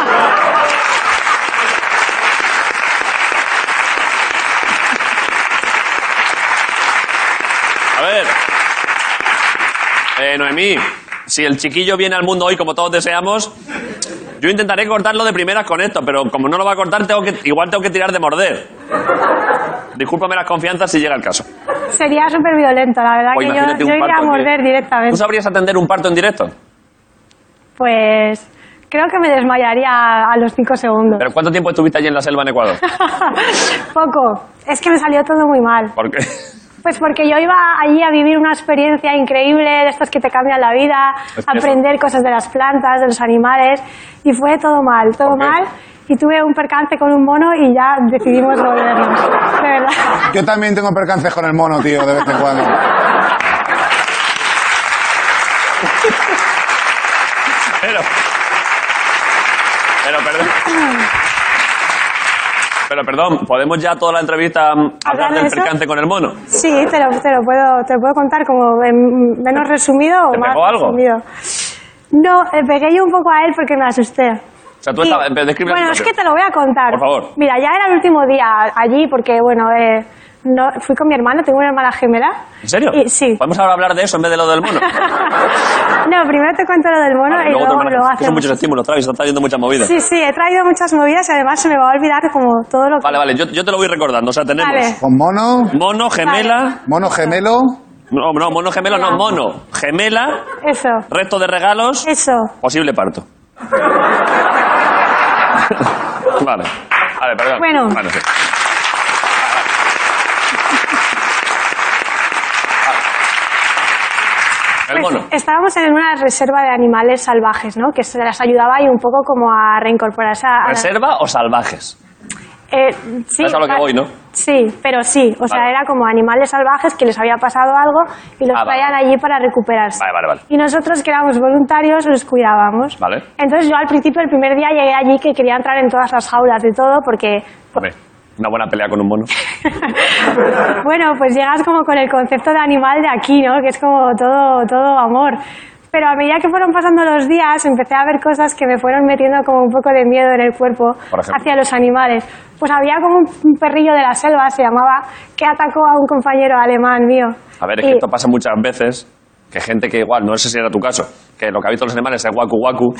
[SPEAKER 1] A ver... Noemí, si el chiquillo viene al mundo hoy como todos deseamos, yo intentaré cortarlo de primeras con esto, pero como no lo va a cortar, igual tengo que tirar de morder. Discúlpame las confianzas si llega el caso.
[SPEAKER 10] Sería súper violento, la verdad,
[SPEAKER 1] O
[SPEAKER 10] que
[SPEAKER 1] imagínate
[SPEAKER 10] yo
[SPEAKER 1] un
[SPEAKER 10] iría
[SPEAKER 1] parto
[SPEAKER 10] a morder
[SPEAKER 1] ¿Tú
[SPEAKER 10] directamente.
[SPEAKER 1] sabrías atender un parto en directo?
[SPEAKER 10] Pues creo que me desmayaría a los 5 segundos.
[SPEAKER 1] ¿Pero cuánto tiempo estuviste allí en la selva en Ecuador?
[SPEAKER 10] Poco. Es que me salió todo muy mal.
[SPEAKER 1] ¿Por qué?
[SPEAKER 10] Pues porque yo iba allí a vivir una experiencia increíble, de estas que te cambian la vida, aprender cosas de las plantas, de los animales, y fue todo mal, y tuve un percance con un mono y ya decidimos volvernos, de verdad.
[SPEAKER 6] Yo también tengo percances con el mono, tío, de vez en cuando.
[SPEAKER 1] Pero perdón, ¿podemos ya toda la entrevista hablar del percance con el mono?
[SPEAKER 10] Sí, te lo puedo contar como menos resumido o
[SPEAKER 1] ¿Te
[SPEAKER 10] más
[SPEAKER 1] pegó algo?
[SPEAKER 10] resumido. No, le pegué yo un poco a él porque me asusté.
[SPEAKER 1] O sea, tú estabas... Describe la
[SPEAKER 10] Bueno, es
[SPEAKER 1] situación.
[SPEAKER 10] que te lo voy a contar.
[SPEAKER 1] Por favor.
[SPEAKER 10] Mira, ya era el último día allí porque, bueno, fui con mi hermana, tengo una hermana gemela.
[SPEAKER 1] ¿En serio?
[SPEAKER 10] Sí.
[SPEAKER 1] ¿Podemos ahora hablar de eso en vez de lo del mono?
[SPEAKER 10] No, primero te cuento lo del mono
[SPEAKER 1] Vale,
[SPEAKER 10] y luego
[SPEAKER 1] son
[SPEAKER 10] hacemos.
[SPEAKER 1] muchos estímulos, Travis, estás trayendo muchas movidas.
[SPEAKER 10] Sí, he traído muchas movidas y además se me va a olvidar como todo lo que...
[SPEAKER 1] Vale, yo te lo voy recordando. O sea, tenemos...
[SPEAKER 10] Vale.
[SPEAKER 6] Con mono.
[SPEAKER 1] Mono, gemela...
[SPEAKER 6] Mono gemelo.
[SPEAKER 1] No, mono gemelo, no, mono. Gemela,
[SPEAKER 10] Eso.
[SPEAKER 1] resto de regalos,
[SPEAKER 10] Eso.
[SPEAKER 1] posible parto. Vale, perdón.
[SPEAKER 10] Bueno.
[SPEAKER 1] Vale, sí. El
[SPEAKER 10] Pues
[SPEAKER 1] mono.
[SPEAKER 10] estábamos en una reserva de animales salvajes, ¿no? Que se les ayudaba ahí un poco como a reincorporarse a...
[SPEAKER 1] ¿Reserva o salvajes?
[SPEAKER 10] Sí,
[SPEAKER 1] Es a lo que voy, ¿no?
[SPEAKER 10] Sí, pero sí. O sea, era como animales salvajes que les había pasado algo y los traían allí para recuperarse.
[SPEAKER 1] Vale.
[SPEAKER 10] Y nosotros, que éramos voluntarios, los cuidábamos.
[SPEAKER 1] Vale.
[SPEAKER 10] Entonces yo al principio, el primer día, llegué allí que quería entrar en todas las jaulas de todo porque...
[SPEAKER 1] Hombre, una buena pelea con un mono.
[SPEAKER 10] Bueno, pues llegas como con el concepto de animal de aquí, ¿no? Que es como todo amor. Pero a medida que fueron pasando los días, empecé a ver cosas que me fueron metiendo como un poco de miedo en el cuerpo hacia los animales. Pues había como un perrillo de la selva, se llamaba, que atacó a un compañero alemán mío.
[SPEAKER 1] A ver, es que esto pasa muchas veces, que gente que igual, no sé si era tu caso, que lo que ha visto los animales es guacu guacu,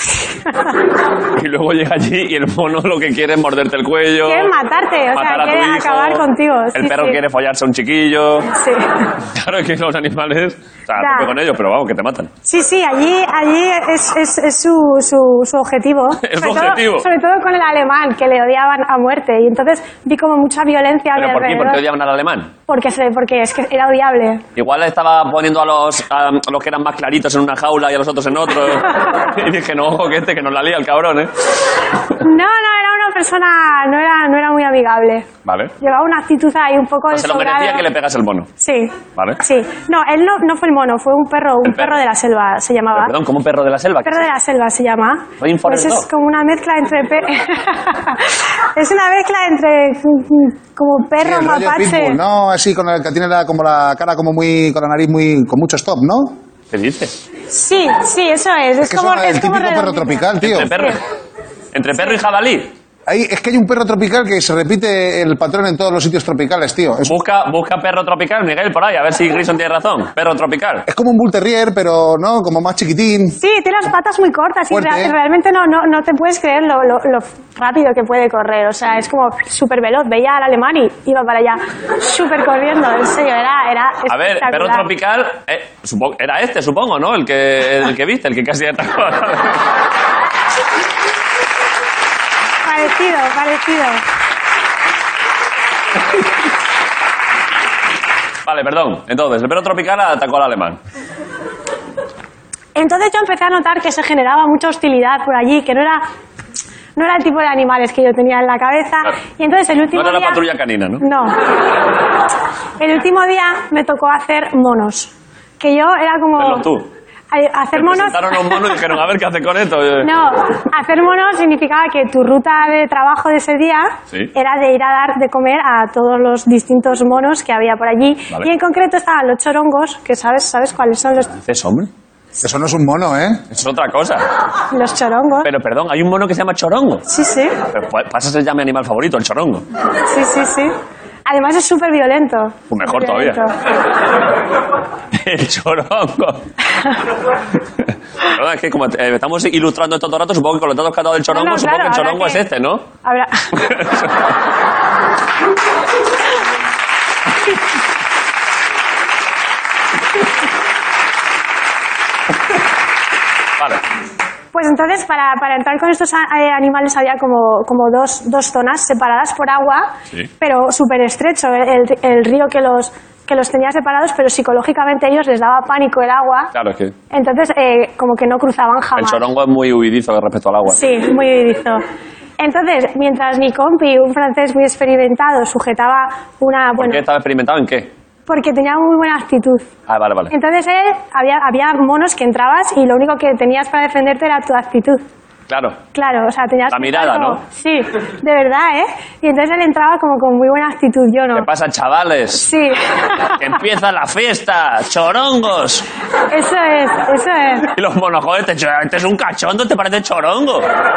[SPEAKER 1] y luego llega allí y el mono lo que quiere es morderte el cuello.
[SPEAKER 10] Quieren matarte, o sea, quieren acabar contigo.
[SPEAKER 1] El perro quiere follarse a un chiquillo.
[SPEAKER 10] Sí.
[SPEAKER 1] Claro, es que los animales, o sea, tope con ellos, pero vamos, que te matan.
[SPEAKER 10] Sí, allí es su objetivo.
[SPEAKER 1] Es su objetivo.
[SPEAKER 10] Sobre todo con el alemán, que le odiaban a muerte. Y entonces vi como mucha violencia a mi
[SPEAKER 1] ¿Pero por qué?
[SPEAKER 10] alrededor.
[SPEAKER 1] ¿Por qué odiaban al alemán?
[SPEAKER 10] Porque es que era odiable.
[SPEAKER 1] Igual estaba poniendo a los que eran más claritos en una jaula y a los otros en otro. Y dije, no, ojo que nos la lía el cabrón, ¿eh?
[SPEAKER 10] No, era una persona, no era muy amigable.
[SPEAKER 1] Vale.
[SPEAKER 10] Llevaba una actitud ahí un poco
[SPEAKER 1] Se lo merecía que le pegas el mono.
[SPEAKER 10] Sí.
[SPEAKER 1] Vale.
[SPEAKER 10] Sí. No, él no fue el mono, fue un perro de la selva, se llamaba.
[SPEAKER 1] Perdón, ¿cómo un perro de la selva?
[SPEAKER 10] Perro de la selva se llama. Pues es como una mezcla entre... es una mezcla entre como perro,
[SPEAKER 6] sí,
[SPEAKER 10] mapache...
[SPEAKER 6] Pitbull, ¿no? Así, con el que tiene como la cara como muy... con la nariz muy... con mucho stop, ¿no?
[SPEAKER 1] ¿Qué dices?
[SPEAKER 10] Sí, eso es.
[SPEAKER 6] Es que
[SPEAKER 10] como,
[SPEAKER 6] es el típico perro tropical, tío.
[SPEAKER 1] Entre perro y jabalí.
[SPEAKER 6] Es que hay un perro tropical que se repite el patrón en todos los sitios tropicales, tío.
[SPEAKER 1] Busca perro tropical, Miguel, por ahí, a ver si Grison tiene razón. Perro tropical.
[SPEAKER 6] Es como un bull terrier, pero no, como más chiquitín.
[SPEAKER 10] Sí, tiene las patas muy cortas
[SPEAKER 6] Fuerte,
[SPEAKER 10] y realmente no te puedes creer lo rápido que puede correr. O sea, es como súper veloz. Veía al alemán y iba para allá, súper corriendo. En serio, era
[SPEAKER 1] a ver, perro tropical, era este, supongo, ¿no? El que viste, el que casi atacó.
[SPEAKER 10] Parecido.
[SPEAKER 1] Vale, perdón. Entonces, el perro tropical atacó al alemán.
[SPEAKER 10] Entonces yo empecé a notar que se generaba mucha hostilidad por allí, que no era el tipo de animales que yo tenía en la cabeza. Claro. Y entonces el último día...
[SPEAKER 1] No era la patrulla canina, ¿no?
[SPEAKER 10] No. El último día me tocó hacer monos. Que yo era como...
[SPEAKER 1] Pero tú.
[SPEAKER 10] Hacer monos...
[SPEAKER 1] Presentaron a un mono y dijeron, a ver qué hace con esto.
[SPEAKER 10] No, hacer monos significaba que tu ruta de trabajo de ese día era de ir a dar de comer a todos los distintos monos que había por allí. Vale. Y en concreto estaban los chorongos, que ¿sabes cuáles son los...?
[SPEAKER 1] ¿Qué dices, hombre?
[SPEAKER 6] Eso no es un mono, ¿eh?
[SPEAKER 1] Eso es otra cosa.
[SPEAKER 10] Los chorongos.
[SPEAKER 1] Pero perdón, hay un mono que se llama chorongo.
[SPEAKER 10] Sí.
[SPEAKER 1] Pero pasa a ser mi animal favorito, el chorongo.
[SPEAKER 10] Sí. Además es súper violento.
[SPEAKER 1] Pues mejor todavía. El chorongo. Perdón, es que como estamos ilustrando esto todo el rato, supongo que con los datos que ha dado del chorongo, supongo que el chorongo es este, ¿no?
[SPEAKER 10] Habrá...
[SPEAKER 1] Vale.
[SPEAKER 10] Pues entonces, para entrar con estos animales había como dos zonas separadas por agua, pero súper estrecho. El río que los tenía separados, pero psicológicamente a ellos les daba pánico el agua.
[SPEAKER 1] Claro, es que...
[SPEAKER 10] Entonces, como que no cruzaban jamás.
[SPEAKER 1] El chorongo es muy huidizo respecto al agua.
[SPEAKER 10] Sí, muy huidizo. Entonces, mientras mi compi, un francés muy experimentado, sujetaba una...
[SPEAKER 1] ¿Por qué estaba experimentado en qué?
[SPEAKER 10] Porque tenía muy buena actitud.
[SPEAKER 1] Ah, vale.
[SPEAKER 10] Entonces había monos que entrabas y lo único que tenías para defenderte era tu actitud. Claro, o sea, tenías...
[SPEAKER 1] La mirada, ¿no?
[SPEAKER 10] Sí, de verdad, ¿eh? Y entonces él entraba como con muy buena actitud, yo no.
[SPEAKER 1] ¿Qué pasa, chavales?
[SPEAKER 10] Sí.
[SPEAKER 1] Que empieza la fiesta, chorongos.
[SPEAKER 10] Eso es.
[SPEAKER 1] Y los monos, joder, este es un cachondo, ¿te parece chorongo?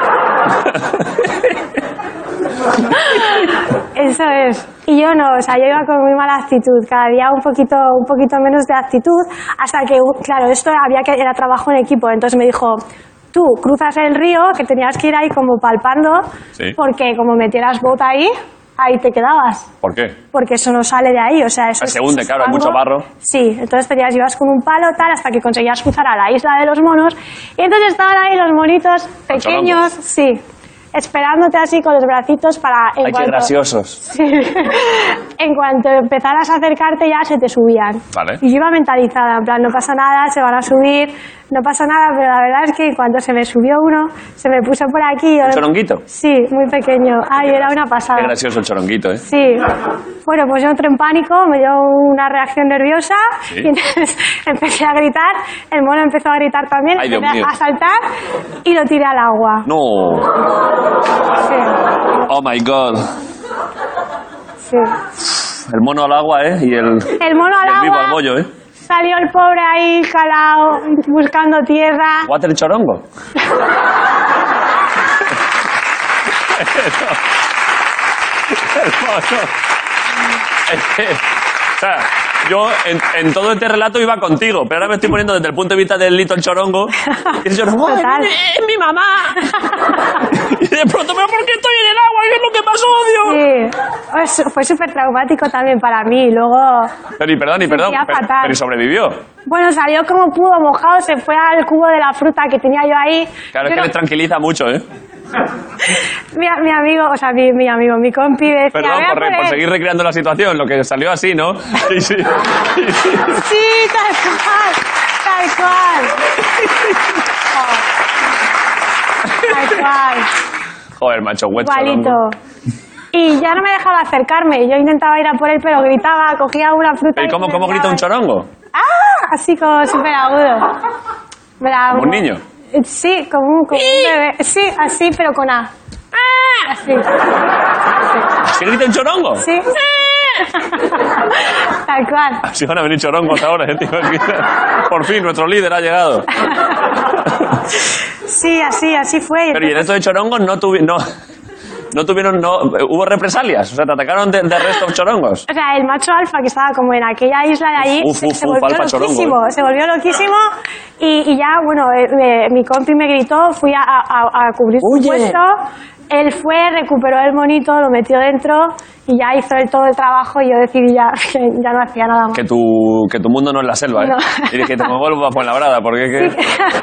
[SPEAKER 10] Eso es. Y yo no, o sea, yo iba con muy mala actitud, cada día un poquito menos de actitud, hasta que, claro, esto era trabajo en equipo, entonces me dijo... Tú cruzas el río, que tenías que ir ahí como palpando, porque como metieras bota ahí te quedabas.
[SPEAKER 1] ¿Por qué?
[SPEAKER 10] Porque eso no sale de ahí, o sea, eso
[SPEAKER 1] se hunde, claro, hay mucho barro.
[SPEAKER 10] Sí, entonces ibas con un palo tal hasta que conseguías cruzar a la isla de los monos, y entonces estaban ahí los monitos pequeños, sí. esperándote así con los bracitos para...
[SPEAKER 1] Ay, qué graciosos.
[SPEAKER 10] Sí. En cuanto empezaras a acercarte ya se te subían.
[SPEAKER 1] Vale.
[SPEAKER 10] Y yo iba mentalizada, en plan, no pasa nada, se van a subir, no pasa nada, pero la verdad es que en cuanto se me subió uno, se me puso por aquí...
[SPEAKER 1] ¿Un choronguito?
[SPEAKER 10] Sí, muy pequeño. Ay, era una pasada.
[SPEAKER 1] Qué gracioso el choronguito, ¿eh?
[SPEAKER 10] Sí. Bueno, pues yo entré en pánico, me dio una reacción nerviosa
[SPEAKER 1] ¿Sí?
[SPEAKER 10] y entonces empecé a gritar, el mono empezó a gritar también,
[SPEAKER 1] Ay, Dios
[SPEAKER 10] empecé
[SPEAKER 1] mío.
[SPEAKER 10] a saltar y lo tiré al agua.
[SPEAKER 1] No.
[SPEAKER 10] Sí,
[SPEAKER 1] Oh my God.
[SPEAKER 10] sí.
[SPEAKER 1] El mono al agua, ¿eh? Y el
[SPEAKER 10] El mono al
[SPEAKER 1] vivo al
[SPEAKER 10] agua,
[SPEAKER 1] bollo, ¿eh?
[SPEAKER 10] salió el pobre ahí jalao, buscando tierra.
[SPEAKER 1] ¿Water chorongo? El mono. O sea, yo en todo este relato iba contigo, pero ahora me estoy poniendo desde el punto de vista del Little Chorongo. Y el chorongo,
[SPEAKER 10] Total.
[SPEAKER 1] ¡es mi mamá! Y de pronto, ¿pero por qué estoy en el agua? ¿Qué es lo que pasó, Dios?
[SPEAKER 10] Sí, pues fue súper traumático también para mí. Luego,
[SPEAKER 1] Pero y perdón,
[SPEAKER 10] Sentía fatal.
[SPEAKER 1] pero y sobrevivió.
[SPEAKER 10] bueno, salió como pudo, mojado, se fue al cubo de la fruta que tenía yo ahí.
[SPEAKER 1] Claro, es que
[SPEAKER 10] Pero
[SPEAKER 1] le tranquiliza mucho, ¿eh?
[SPEAKER 10] mi amigo, o sea, mi amigo, mi compi decía,
[SPEAKER 1] Perdón
[SPEAKER 10] "Voy a
[SPEAKER 1] por
[SPEAKER 10] poner-".
[SPEAKER 1] seguir recreando la situación, lo que salió así, ¿no? Sí, sí.
[SPEAKER 10] Sí, tal cual, tal cual. Tal cual,
[SPEAKER 1] Joder, macho, wet
[SPEAKER 10] igualito.
[SPEAKER 1] chorongo.
[SPEAKER 10] Y ya no me dejaba acercarme. Yo intentaba ir a por él, pero gritaba, cogía una fruta.
[SPEAKER 1] ¿Y cómo grita un chorongo?
[SPEAKER 10] ¡Ah! Así como súper agudo.
[SPEAKER 1] ¿Como un niño?
[SPEAKER 10] Sí, como un bebé. Sí, así, pero con A. Así.
[SPEAKER 1] ¿Sí grita un chorongo?
[SPEAKER 10] Sí. Tal cual.
[SPEAKER 1] Así van a venir chorongos ahora, ¿eh, tío? Por fin, nuestro líder ha llegado.
[SPEAKER 10] Sí, así fue.
[SPEAKER 1] Pero y en esto de chorongos no tuvieron, hubo represalias, o sea, te atacaron de resto chorongos.
[SPEAKER 10] O sea, el macho alfa que estaba como en aquella isla de allí se volvió
[SPEAKER 1] alfa chorongo,
[SPEAKER 10] loquísimo, se volvió loquísimo y ya, bueno, mi compi me gritó, fui a cubrir su puesto, él fue, recuperó el monito, lo metió dentro y ya hizo él todo el trabajo y yo decidí ya que ya no hacía nada más.
[SPEAKER 1] Que tu mundo no es la selva, ¿eh?
[SPEAKER 10] No.
[SPEAKER 1] Y dije, te vuelvo a Fuenlabrada, porque es que...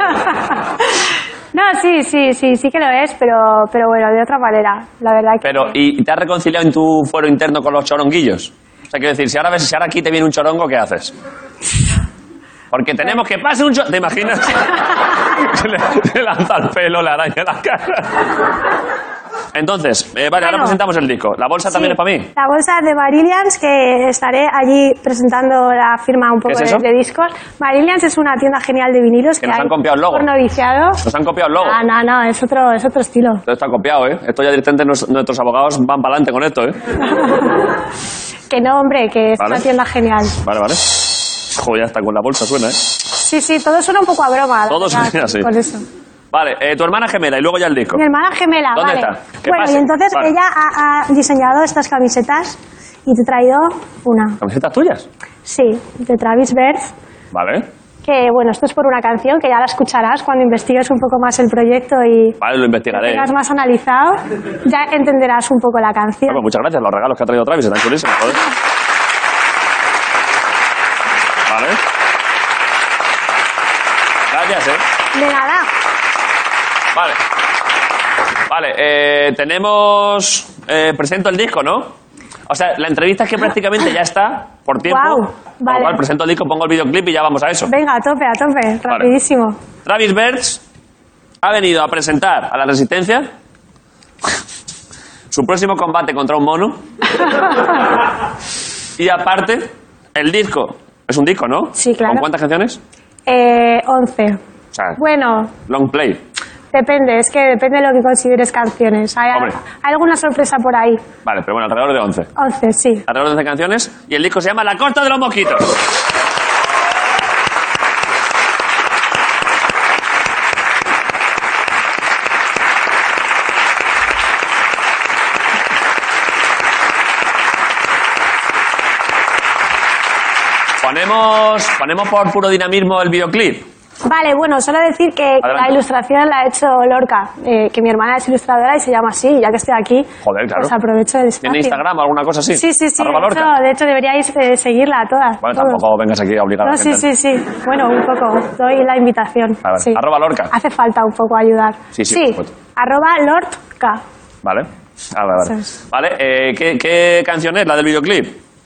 [SPEAKER 10] No, sí que lo es, pero bueno, de otra manera, la verdad que...
[SPEAKER 1] Pero, ¿y te has reconciliado en tu fuero interno con los choronguillos? O sea, quiero decir, si ahora aquí te viene un chorongo, ¿qué haces? Porque tenemos que pase un chorongo... ¿Te imaginas? le lanza el pelo, le araña la cara. Entonces, vale, ahora presentamos el disco. ¿La bolsa también es para mí?
[SPEAKER 10] La bolsa de Marillions, que estaré allí presentando la firma un poco
[SPEAKER 1] ¿Qué es eso?
[SPEAKER 10] de discos. Marillions es una tienda genial de vinilos
[SPEAKER 1] Que nos han copiado el logo.
[SPEAKER 10] por noviciado.
[SPEAKER 1] Nos han copiado el logo.
[SPEAKER 10] No, es otro estilo.
[SPEAKER 1] Esto está copiado, ¿eh? Esto ya directamente nuestros abogados van para adelante con esto, ¿eh?
[SPEAKER 10] Que no, hombre, que es
[SPEAKER 1] Vale.
[SPEAKER 10] una tienda genial.
[SPEAKER 1] Vale. Joder, ya está con la bolsa, suena, ¿eh?
[SPEAKER 10] Sí, todo suena un poco a broma. la
[SPEAKER 1] Todo
[SPEAKER 10] verdad,
[SPEAKER 1] suena así.
[SPEAKER 10] Por eso.
[SPEAKER 1] Vale, tu hermana gemela y luego ya el disco.
[SPEAKER 10] Mi hermana gemela,
[SPEAKER 1] ¿Dónde
[SPEAKER 10] vale.
[SPEAKER 1] está? ¿Qué
[SPEAKER 10] Bueno,
[SPEAKER 1] pasa?
[SPEAKER 10] y entonces
[SPEAKER 1] Vale.
[SPEAKER 10] ella ha diseñado estas camisetas y te he traído una.
[SPEAKER 1] ¿Camisetas tuyas?
[SPEAKER 10] Sí, de Travis Berth.
[SPEAKER 1] Vale.
[SPEAKER 10] Que bueno, esto es por una canción que ya la escucharás cuando investigues un poco más el proyecto y
[SPEAKER 1] Vale, lo investigaré.
[SPEAKER 10] tengas más analizado, ya entenderás un poco la canción.
[SPEAKER 1] Bueno, muchas gracias, los regalos que ha traído Travis están chulísimos, joder. Vale. Gracias,
[SPEAKER 10] De nada.
[SPEAKER 1] Vale, tenemos... presento el disco, ¿no? O sea, la entrevista es que prácticamente ya está, por tiempo.
[SPEAKER 10] Guau,
[SPEAKER 1] Con
[SPEAKER 10] vale.
[SPEAKER 1] lo cual presento el disco, pongo el videoclip y ya vamos a eso.
[SPEAKER 10] Venga, a tope, rapidísimo.
[SPEAKER 1] Travis Berth ha venido a presentar a la Resistencia su próximo combate contra un mono. Y aparte, el disco. Es un disco, ¿no?
[SPEAKER 10] Sí, claro.
[SPEAKER 1] ¿Con cuántas canciones?
[SPEAKER 10] 11.
[SPEAKER 1] O sea,
[SPEAKER 10] Bueno,
[SPEAKER 1] long play.
[SPEAKER 10] depende, es que depende de lo que consideres canciones. Hay
[SPEAKER 1] Hombre.
[SPEAKER 10] alguna sorpresa por ahí.
[SPEAKER 1] Vale, pero bueno, alrededor de 11.
[SPEAKER 10] 11, sí.
[SPEAKER 1] Alrededor de 11 canciones. Y el disco se llama La Costa de los Mosquitos. Ponemos por puro dinamismo el videoclip.
[SPEAKER 10] Vale, bueno, solo decir que
[SPEAKER 1] Adelante.
[SPEAKER 10] la ilustración la ha hecho Lorca, que mi hermana es ilustradora y se llama así, ya que estoy aquí,
[SPEAKER 1] Joder, claro.
[SPEAKER 10] pues aprovecho el espacio.
[SPEAKER 1] ¿Tiene Instagram o alguna cosa así?
[SPEAKER 10] Sí,
[SPEAKER 1] Arroba Lorca.
[SPEAKER 10] de hecho deberíais seguirla a todas.
[SPEAKER 1] Bueno,
[SPEAKER 10] todos.
[SPEAKER 1] tampoco vengas aquí a obligar a
[SPEAKER 10] No,
[SPEAKER 1] la
[SPEAKER 10] sí,
[SPEAKER 1] gente.
[SPEAKER 10] sí, sí. Bueno, un poco. Doy la invitación.
[SPEAKER 1] A ver,
[SPEAKER 10] Sí.
[SPEAKER 1] arroba Lorca.
[SPEAKER 10] Hace falta un poco ayudar.
[SPEAKER 1] Sí, por supuesto.
[SPEAKER 10] Arroba Lord Kafka.
[SPEAKER 1] Vale. Vale.
[SPEAKER 10] Eso es.
[SPEAKER 1] Vale, ¿qué canción es la del videoclip?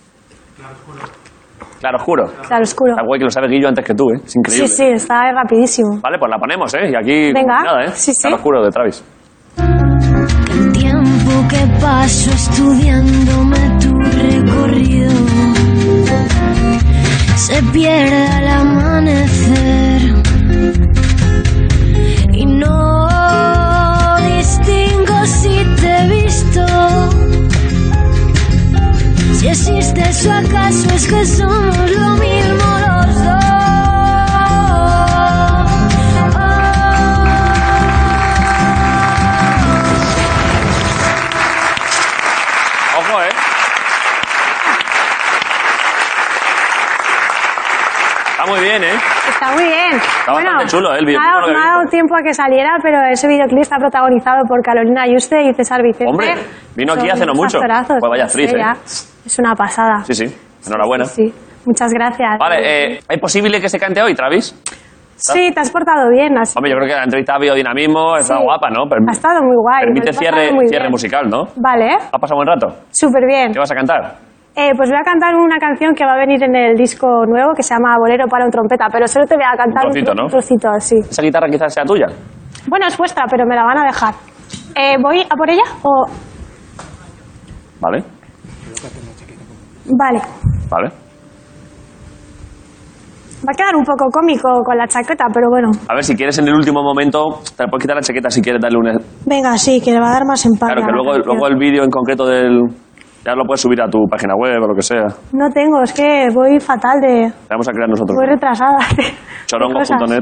[SPEAKER 1] Claro Oscuro.
[SPEAKER 10] Claro oscuro.
[SPEAKER 1] Está guay que lo sabe Guillo antes que tú, ¿eh? Es increíble.
[SPEAKER 10] Sí, sí, está rapidísimo.
[SPEAKER 1] Vale, pues la ponemos, ¿eh? Y aquí...
[SPEAKER 10] Venga.
[SPEAKER 1] Nada, ¿eh?
[SPEAKER 10] Sí, sí.
[SPEAKER 1] Claro Oscuro de Travis.
[SPEAKER 11] El tiempo que paso estudiándome tu recorrido se pierde al amanecer y no distingo si te he visto, si existes o acaso es que somos lo mismo los dos.
[SPEAKER 1] Ojo, ¿eh? Está muy bien, ¿eh?
[SPEAKER 10] Está muy bien.
[SPEAKER 1] Está bastante chulo, ¿eh? El videoclip no lo había
[SPEAKER 10] me ha dado
[SPEAKER 1] visto.
[SPEAKER 10] tiempo a que saliera, pero ese videoclip está protagonizado por Carolina Ayuste y César Vicente.
[SPEAKER 1] Hombre, vino aquí
[SPEAKER 10] Son
[SPEAKER 1] hace no
[SPEAKER 10] unos
[SPEAKER 1] mucho.
[SPEAKER 10] actorazos,
[SPEAKER 1] Pues vaya
[SPEAKER 10] no sé,
[SPEAKER 1] actriz, ¿eh?
[SPEAKER 10] ya. Es una pasada.
[SPEAKER 1] Sí, sí. Enhorabuena.
[SPEAKER 10] Sí, muchas gracias.
[SPEAKER 1] Vale, ¿es posible que se cante hoy, Travis?
[SPEAKER 10] Sí, te has portado bien. Así.
[SPEAKER 1] Hombre, yo creo que la entrevista ha habido dinamismo, está
[SPEAKER 10] Sí.
[SPEAKER 1] guapa, ¿no?
[SPEAKER 10] Ha estado muy guay.
[SPEAKER 1] Permite
[SPEAKER 10] me lo he pasado muy
[SPEAKER 1] cierre
[SPEAKER 10] bien.
[SPEAKER 1] musical, ¿no?
[SPEAKER 10] Vale,
[SPEAKER 1] ¿Ha pasado buen rato?
[SPEAKER 10] súper bien.
[SPEAKER 1] ¿Qué vas a cantar?
[SPEAKER 10] Pues voy a cantar una canción que va a venir en el disco nuevo que se llama Bolero para un trompeta, pero solo te voy a cantar
[SPEAKER 1] Un trocito, ¿no?
[SPEAKER 10] un trocito, sí.
[SPEAKER 1] ¿Esa guitarra quizás sea tuya?
[SPEAKER 10] Bueno, es vuestra, pero me la van a dejar. ¿Voy a por ella o...?
[SPEAKER 1] Vale,
[SPEAKER 10] Vale.
[SPEAKER 1] vale.
[SPEAKER 10] Va a quedar un poco cómico con la chaqueta, pero bueno.
[SPEAKER 1] A ver, si quieres en el último momento, te puedes quitar la chaqueta si quieres darle un...
[SPEAKER 10] Venga, sí, que le va a dar más empaque.
[SPEAKER 1] Claro, que luego el vídeo en concreto del... Ya lo puedes subir a tu página web o lo que sea.
[SPEAKER 10] No tengo, es que voy fatal de...
[SPEAKER 1] Le vamos a crear nosotros.
[SPEAKER 10] Voy retrasada.
[SPEAKER 1] Chorongo.net.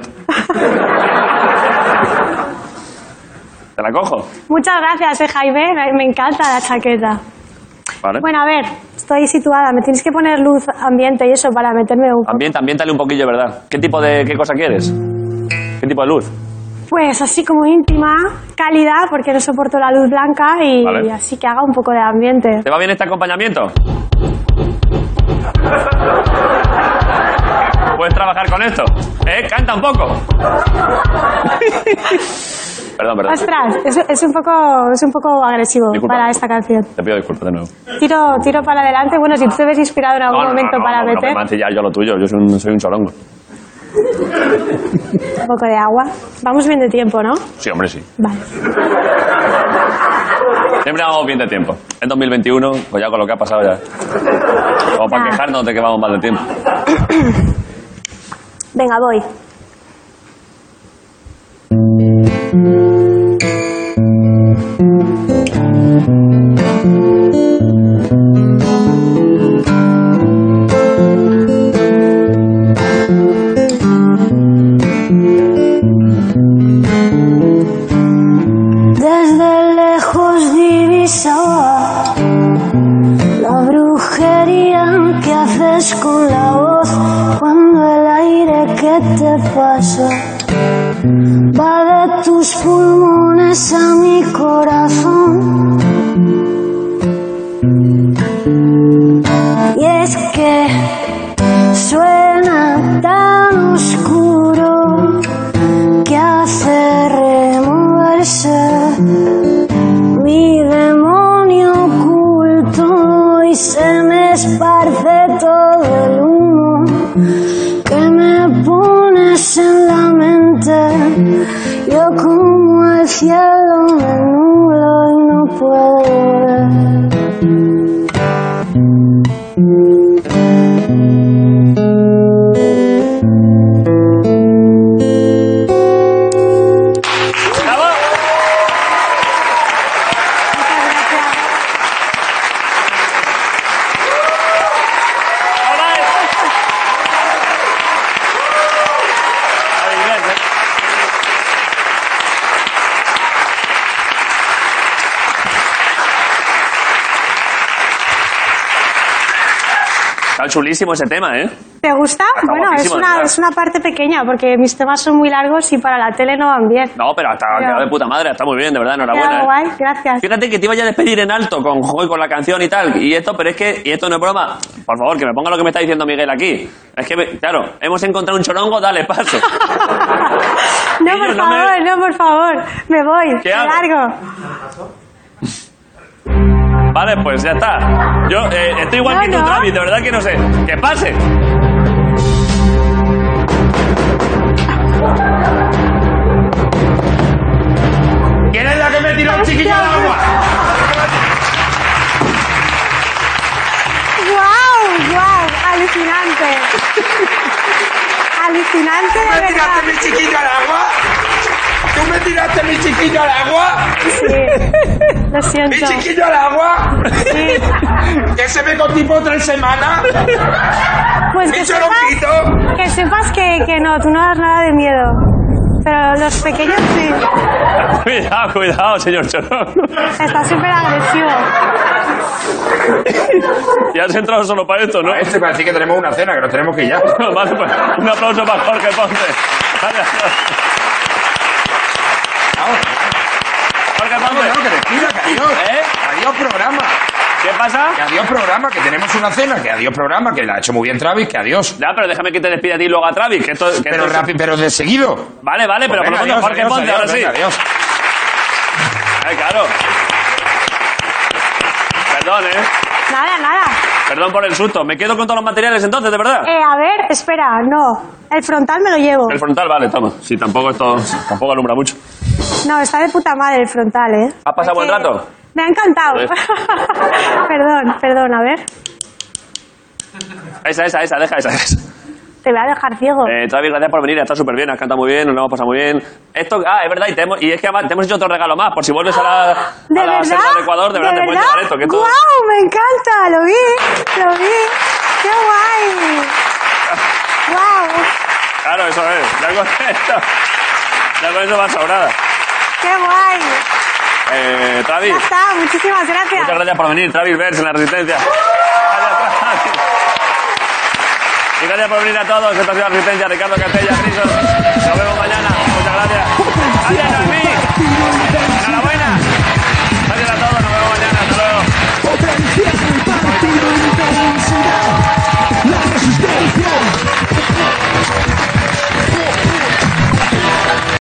[SPEAKER 1] ¿Te la cojo?
[SPEAKER 10] Muchas gracias, Jaime. Me encanta la chaqueta.
[SPEAKER 1] Vale.
[SPEAKER 10] Bueno, a ver, estoy situada. Me tienes que poner luz ambiente y eso para meterme un poco.
[SPEAKER 1] Ambiéntale un poquillo, ¿verdad? ¿Qué cosa quieres? ¿Qué tipo de luz?
[SPEAKER 10] Pues así como íntima, cálida, porque no soporto la luz blanca y
[SPEAKER 1] Vale.
[SPEAKER 10] así que haga un poco de ambiente.
[SPEAKER 1] ¿Te va bien este acompañamiento? ¿Puedes trabajar con esto? Canta un poco. Perdón.
[SPEAKER 10] Ostras, es un poco agresivo
[SPEAKER 1] Disculpa.
[SPEAKER 10] para esta canción.
[SPEAKER 1] Te pido disculpas de nuevo.
[SPEAKER 10] Tiro para adelante. Bueno, si tú te ves inspirado en algún momento para
[SPEAKER 1] no
[SPEAKER 10] meter
[SPEAKER 1] me mancillar yo lo tuyo. Yo soy un chorongo.
[SPEAKER 10] un poco de agua. Vamos bien de tiempo, ¿no?
[SPEAKER 1] Sí, hombre, sí.
[SPEAKER 10] Vale.
[SPEAKER 1] Siempre vamos bien de tiempo. En 2021, pues ya con lo que ha pasado ya. Como para quejarnos de que vamos mal de tiempo.
[SPEAKER 10] Venga, voy.
[SPEAKER 11] Desde lejos divisaba la brujería que haces con la voz cuando el aire que te pasa va de tus pulmones a mi corazón. Y es que suena tan oscuro que hace removerse mi demonio oculto y se me esparce todo el humo que me pones en la mente. Yo como el cielo me nublo y no puedo ver.
[SPEAKER 1] Está chulísimo ese tema, ¿eh?
[SPEAKER 10] ¿Te gusta? Bueno, es una parte pequeña, porque mis temas son muy largos y para la tele no van bien.
[SPEAKER 1] No, pero ha quedado de puta madre, está muy bien, de verdad, enhorabuena.
[SPEAKER 10] Queda guay, gracias.
[SPEAKER 1] Fíjate que te iba ya a despedir en alto con la canción y tal, y esto, pero es que, y esto no es broma, por favor, que me ponga lo que me está diciendo Miguel aquí. Es que, claro, hemos encontrado un chorongo, dale paso.
[SPEAKER 10] No, por favor, no, por favor, me voy,
[SPEAKER 1] ¿Qué hago?
[SPEAKER 10] largo.
[SPEAKER 1] Vale, pues ya está. Yo estoy igual que tú, Travis, de verdad que no sé. ¡Que pase!
[SPEAKER 7] ¿Quién es la que me tiró el chiquillo al agua?
[SPEAKER 10] ¡Guau! Alucinante. Alucinante, de verdad.
[SPEAKER 7] ¿Tú me tiraste mi chiquillo al agua? ¿Tú me tiraste mi chiquillo al agua?
[SPEAKER 10] Sí, lo siento.
[SPEAKER 7] ¿Mi chiquillo al agua?
[SPEAKER 10] Sí.
[SPEAKER 7] ¿Que se me constipó 3 semanas?
[SPEAKER 10] Pues que sepas que no, tú no das nada de miedo. Pero los pequeños sí.
[SPEAKER 1] Cuidado, señor Chorón.
[SPEAKER 10] Está súper agresivo.
[SPEAKER 1] Ya has entrado solo para esto, ¿no?
[SPEAKER 7] Para esto, para decir que tenemos una cena, que nos tenemos que ir ya.
[SPEAKER 1] Vale, pues un aplauso para Jorge Ponce. Jorge Ponce.
[SPEAKER 7] No, que despida, que adiós. Adiós programa.
[SPEAKER 1] ¿Qué pasa?
[SPEAKER 7] Que adiós programa, que tenemos una cena, que adiós programa, que la ha hecho muy bien Travis, que adiós.
[SPEAKER 1] Ya, pero déjame que te despida a ti y luego a Travis.
[SPEAKER 7] Pero rápido, pero de seguido.
[SPEAKER 1] Vale,
[SPEAKER 7] Pues
[SPEAKER 1] pero por lo menos Jorge Ponce, ahora sí.
[SPEAKER 7] Adiós.
[SPEAKER 1] Claro. Perdón,
[SPEAKER 10] Nada.
[SPEAKER 1] Perdón por el susto. Me quedo con todos los materiales entonces, ¿de verdad?
[SPEAKER 10] A ver, espera, no. El frontal me lo llevo.
[SPEAKER 1] El frontal, vale, toma. Sí, tampoco alumbra mucho.
[SPEAKER 10] No, está de puta madre el frontal,
[SPEAKER 1] ¿Has pasado buen rato?
[SPEAKER 10] Me ha encantado. Perdón, a ver.
[SPEAKER 1] Esa, deja esa.
[SPEAKER 10] Te voy a dejar ciego.
[SPEAKER 1] Travis, gracias por venir, está súper bien, has cantado muy bien, nos lo hemos pasado muy bien. Esto, es verdad, y es que además te hemos hecho otro regalo más, por si vuelves a la selva de Ecuador, de verdad te puedes llevar esto.
[SPEAKER 10] ¡Guau! Me encanta, lo vi. ¡Qué guay! ¡Guau!
[SPEAKER 1] Claro, eso es, ya con eso va sobrada.
[SPEAKER 10] ¡Qué guay!
[SPEAKER 1] Travis.
[SPEAKER 10] Ya está, muchísimas gracias.
[SPEAKER 1] Muchas gracias por venir, Travis Vers en La Resistencia. Gracias, Travis. Y gracias por venir a todos. Esta ha sido La Resistencia. Ricardo Castella, Grisos. Nos vemos mañana. Muchas gracias. Adiós.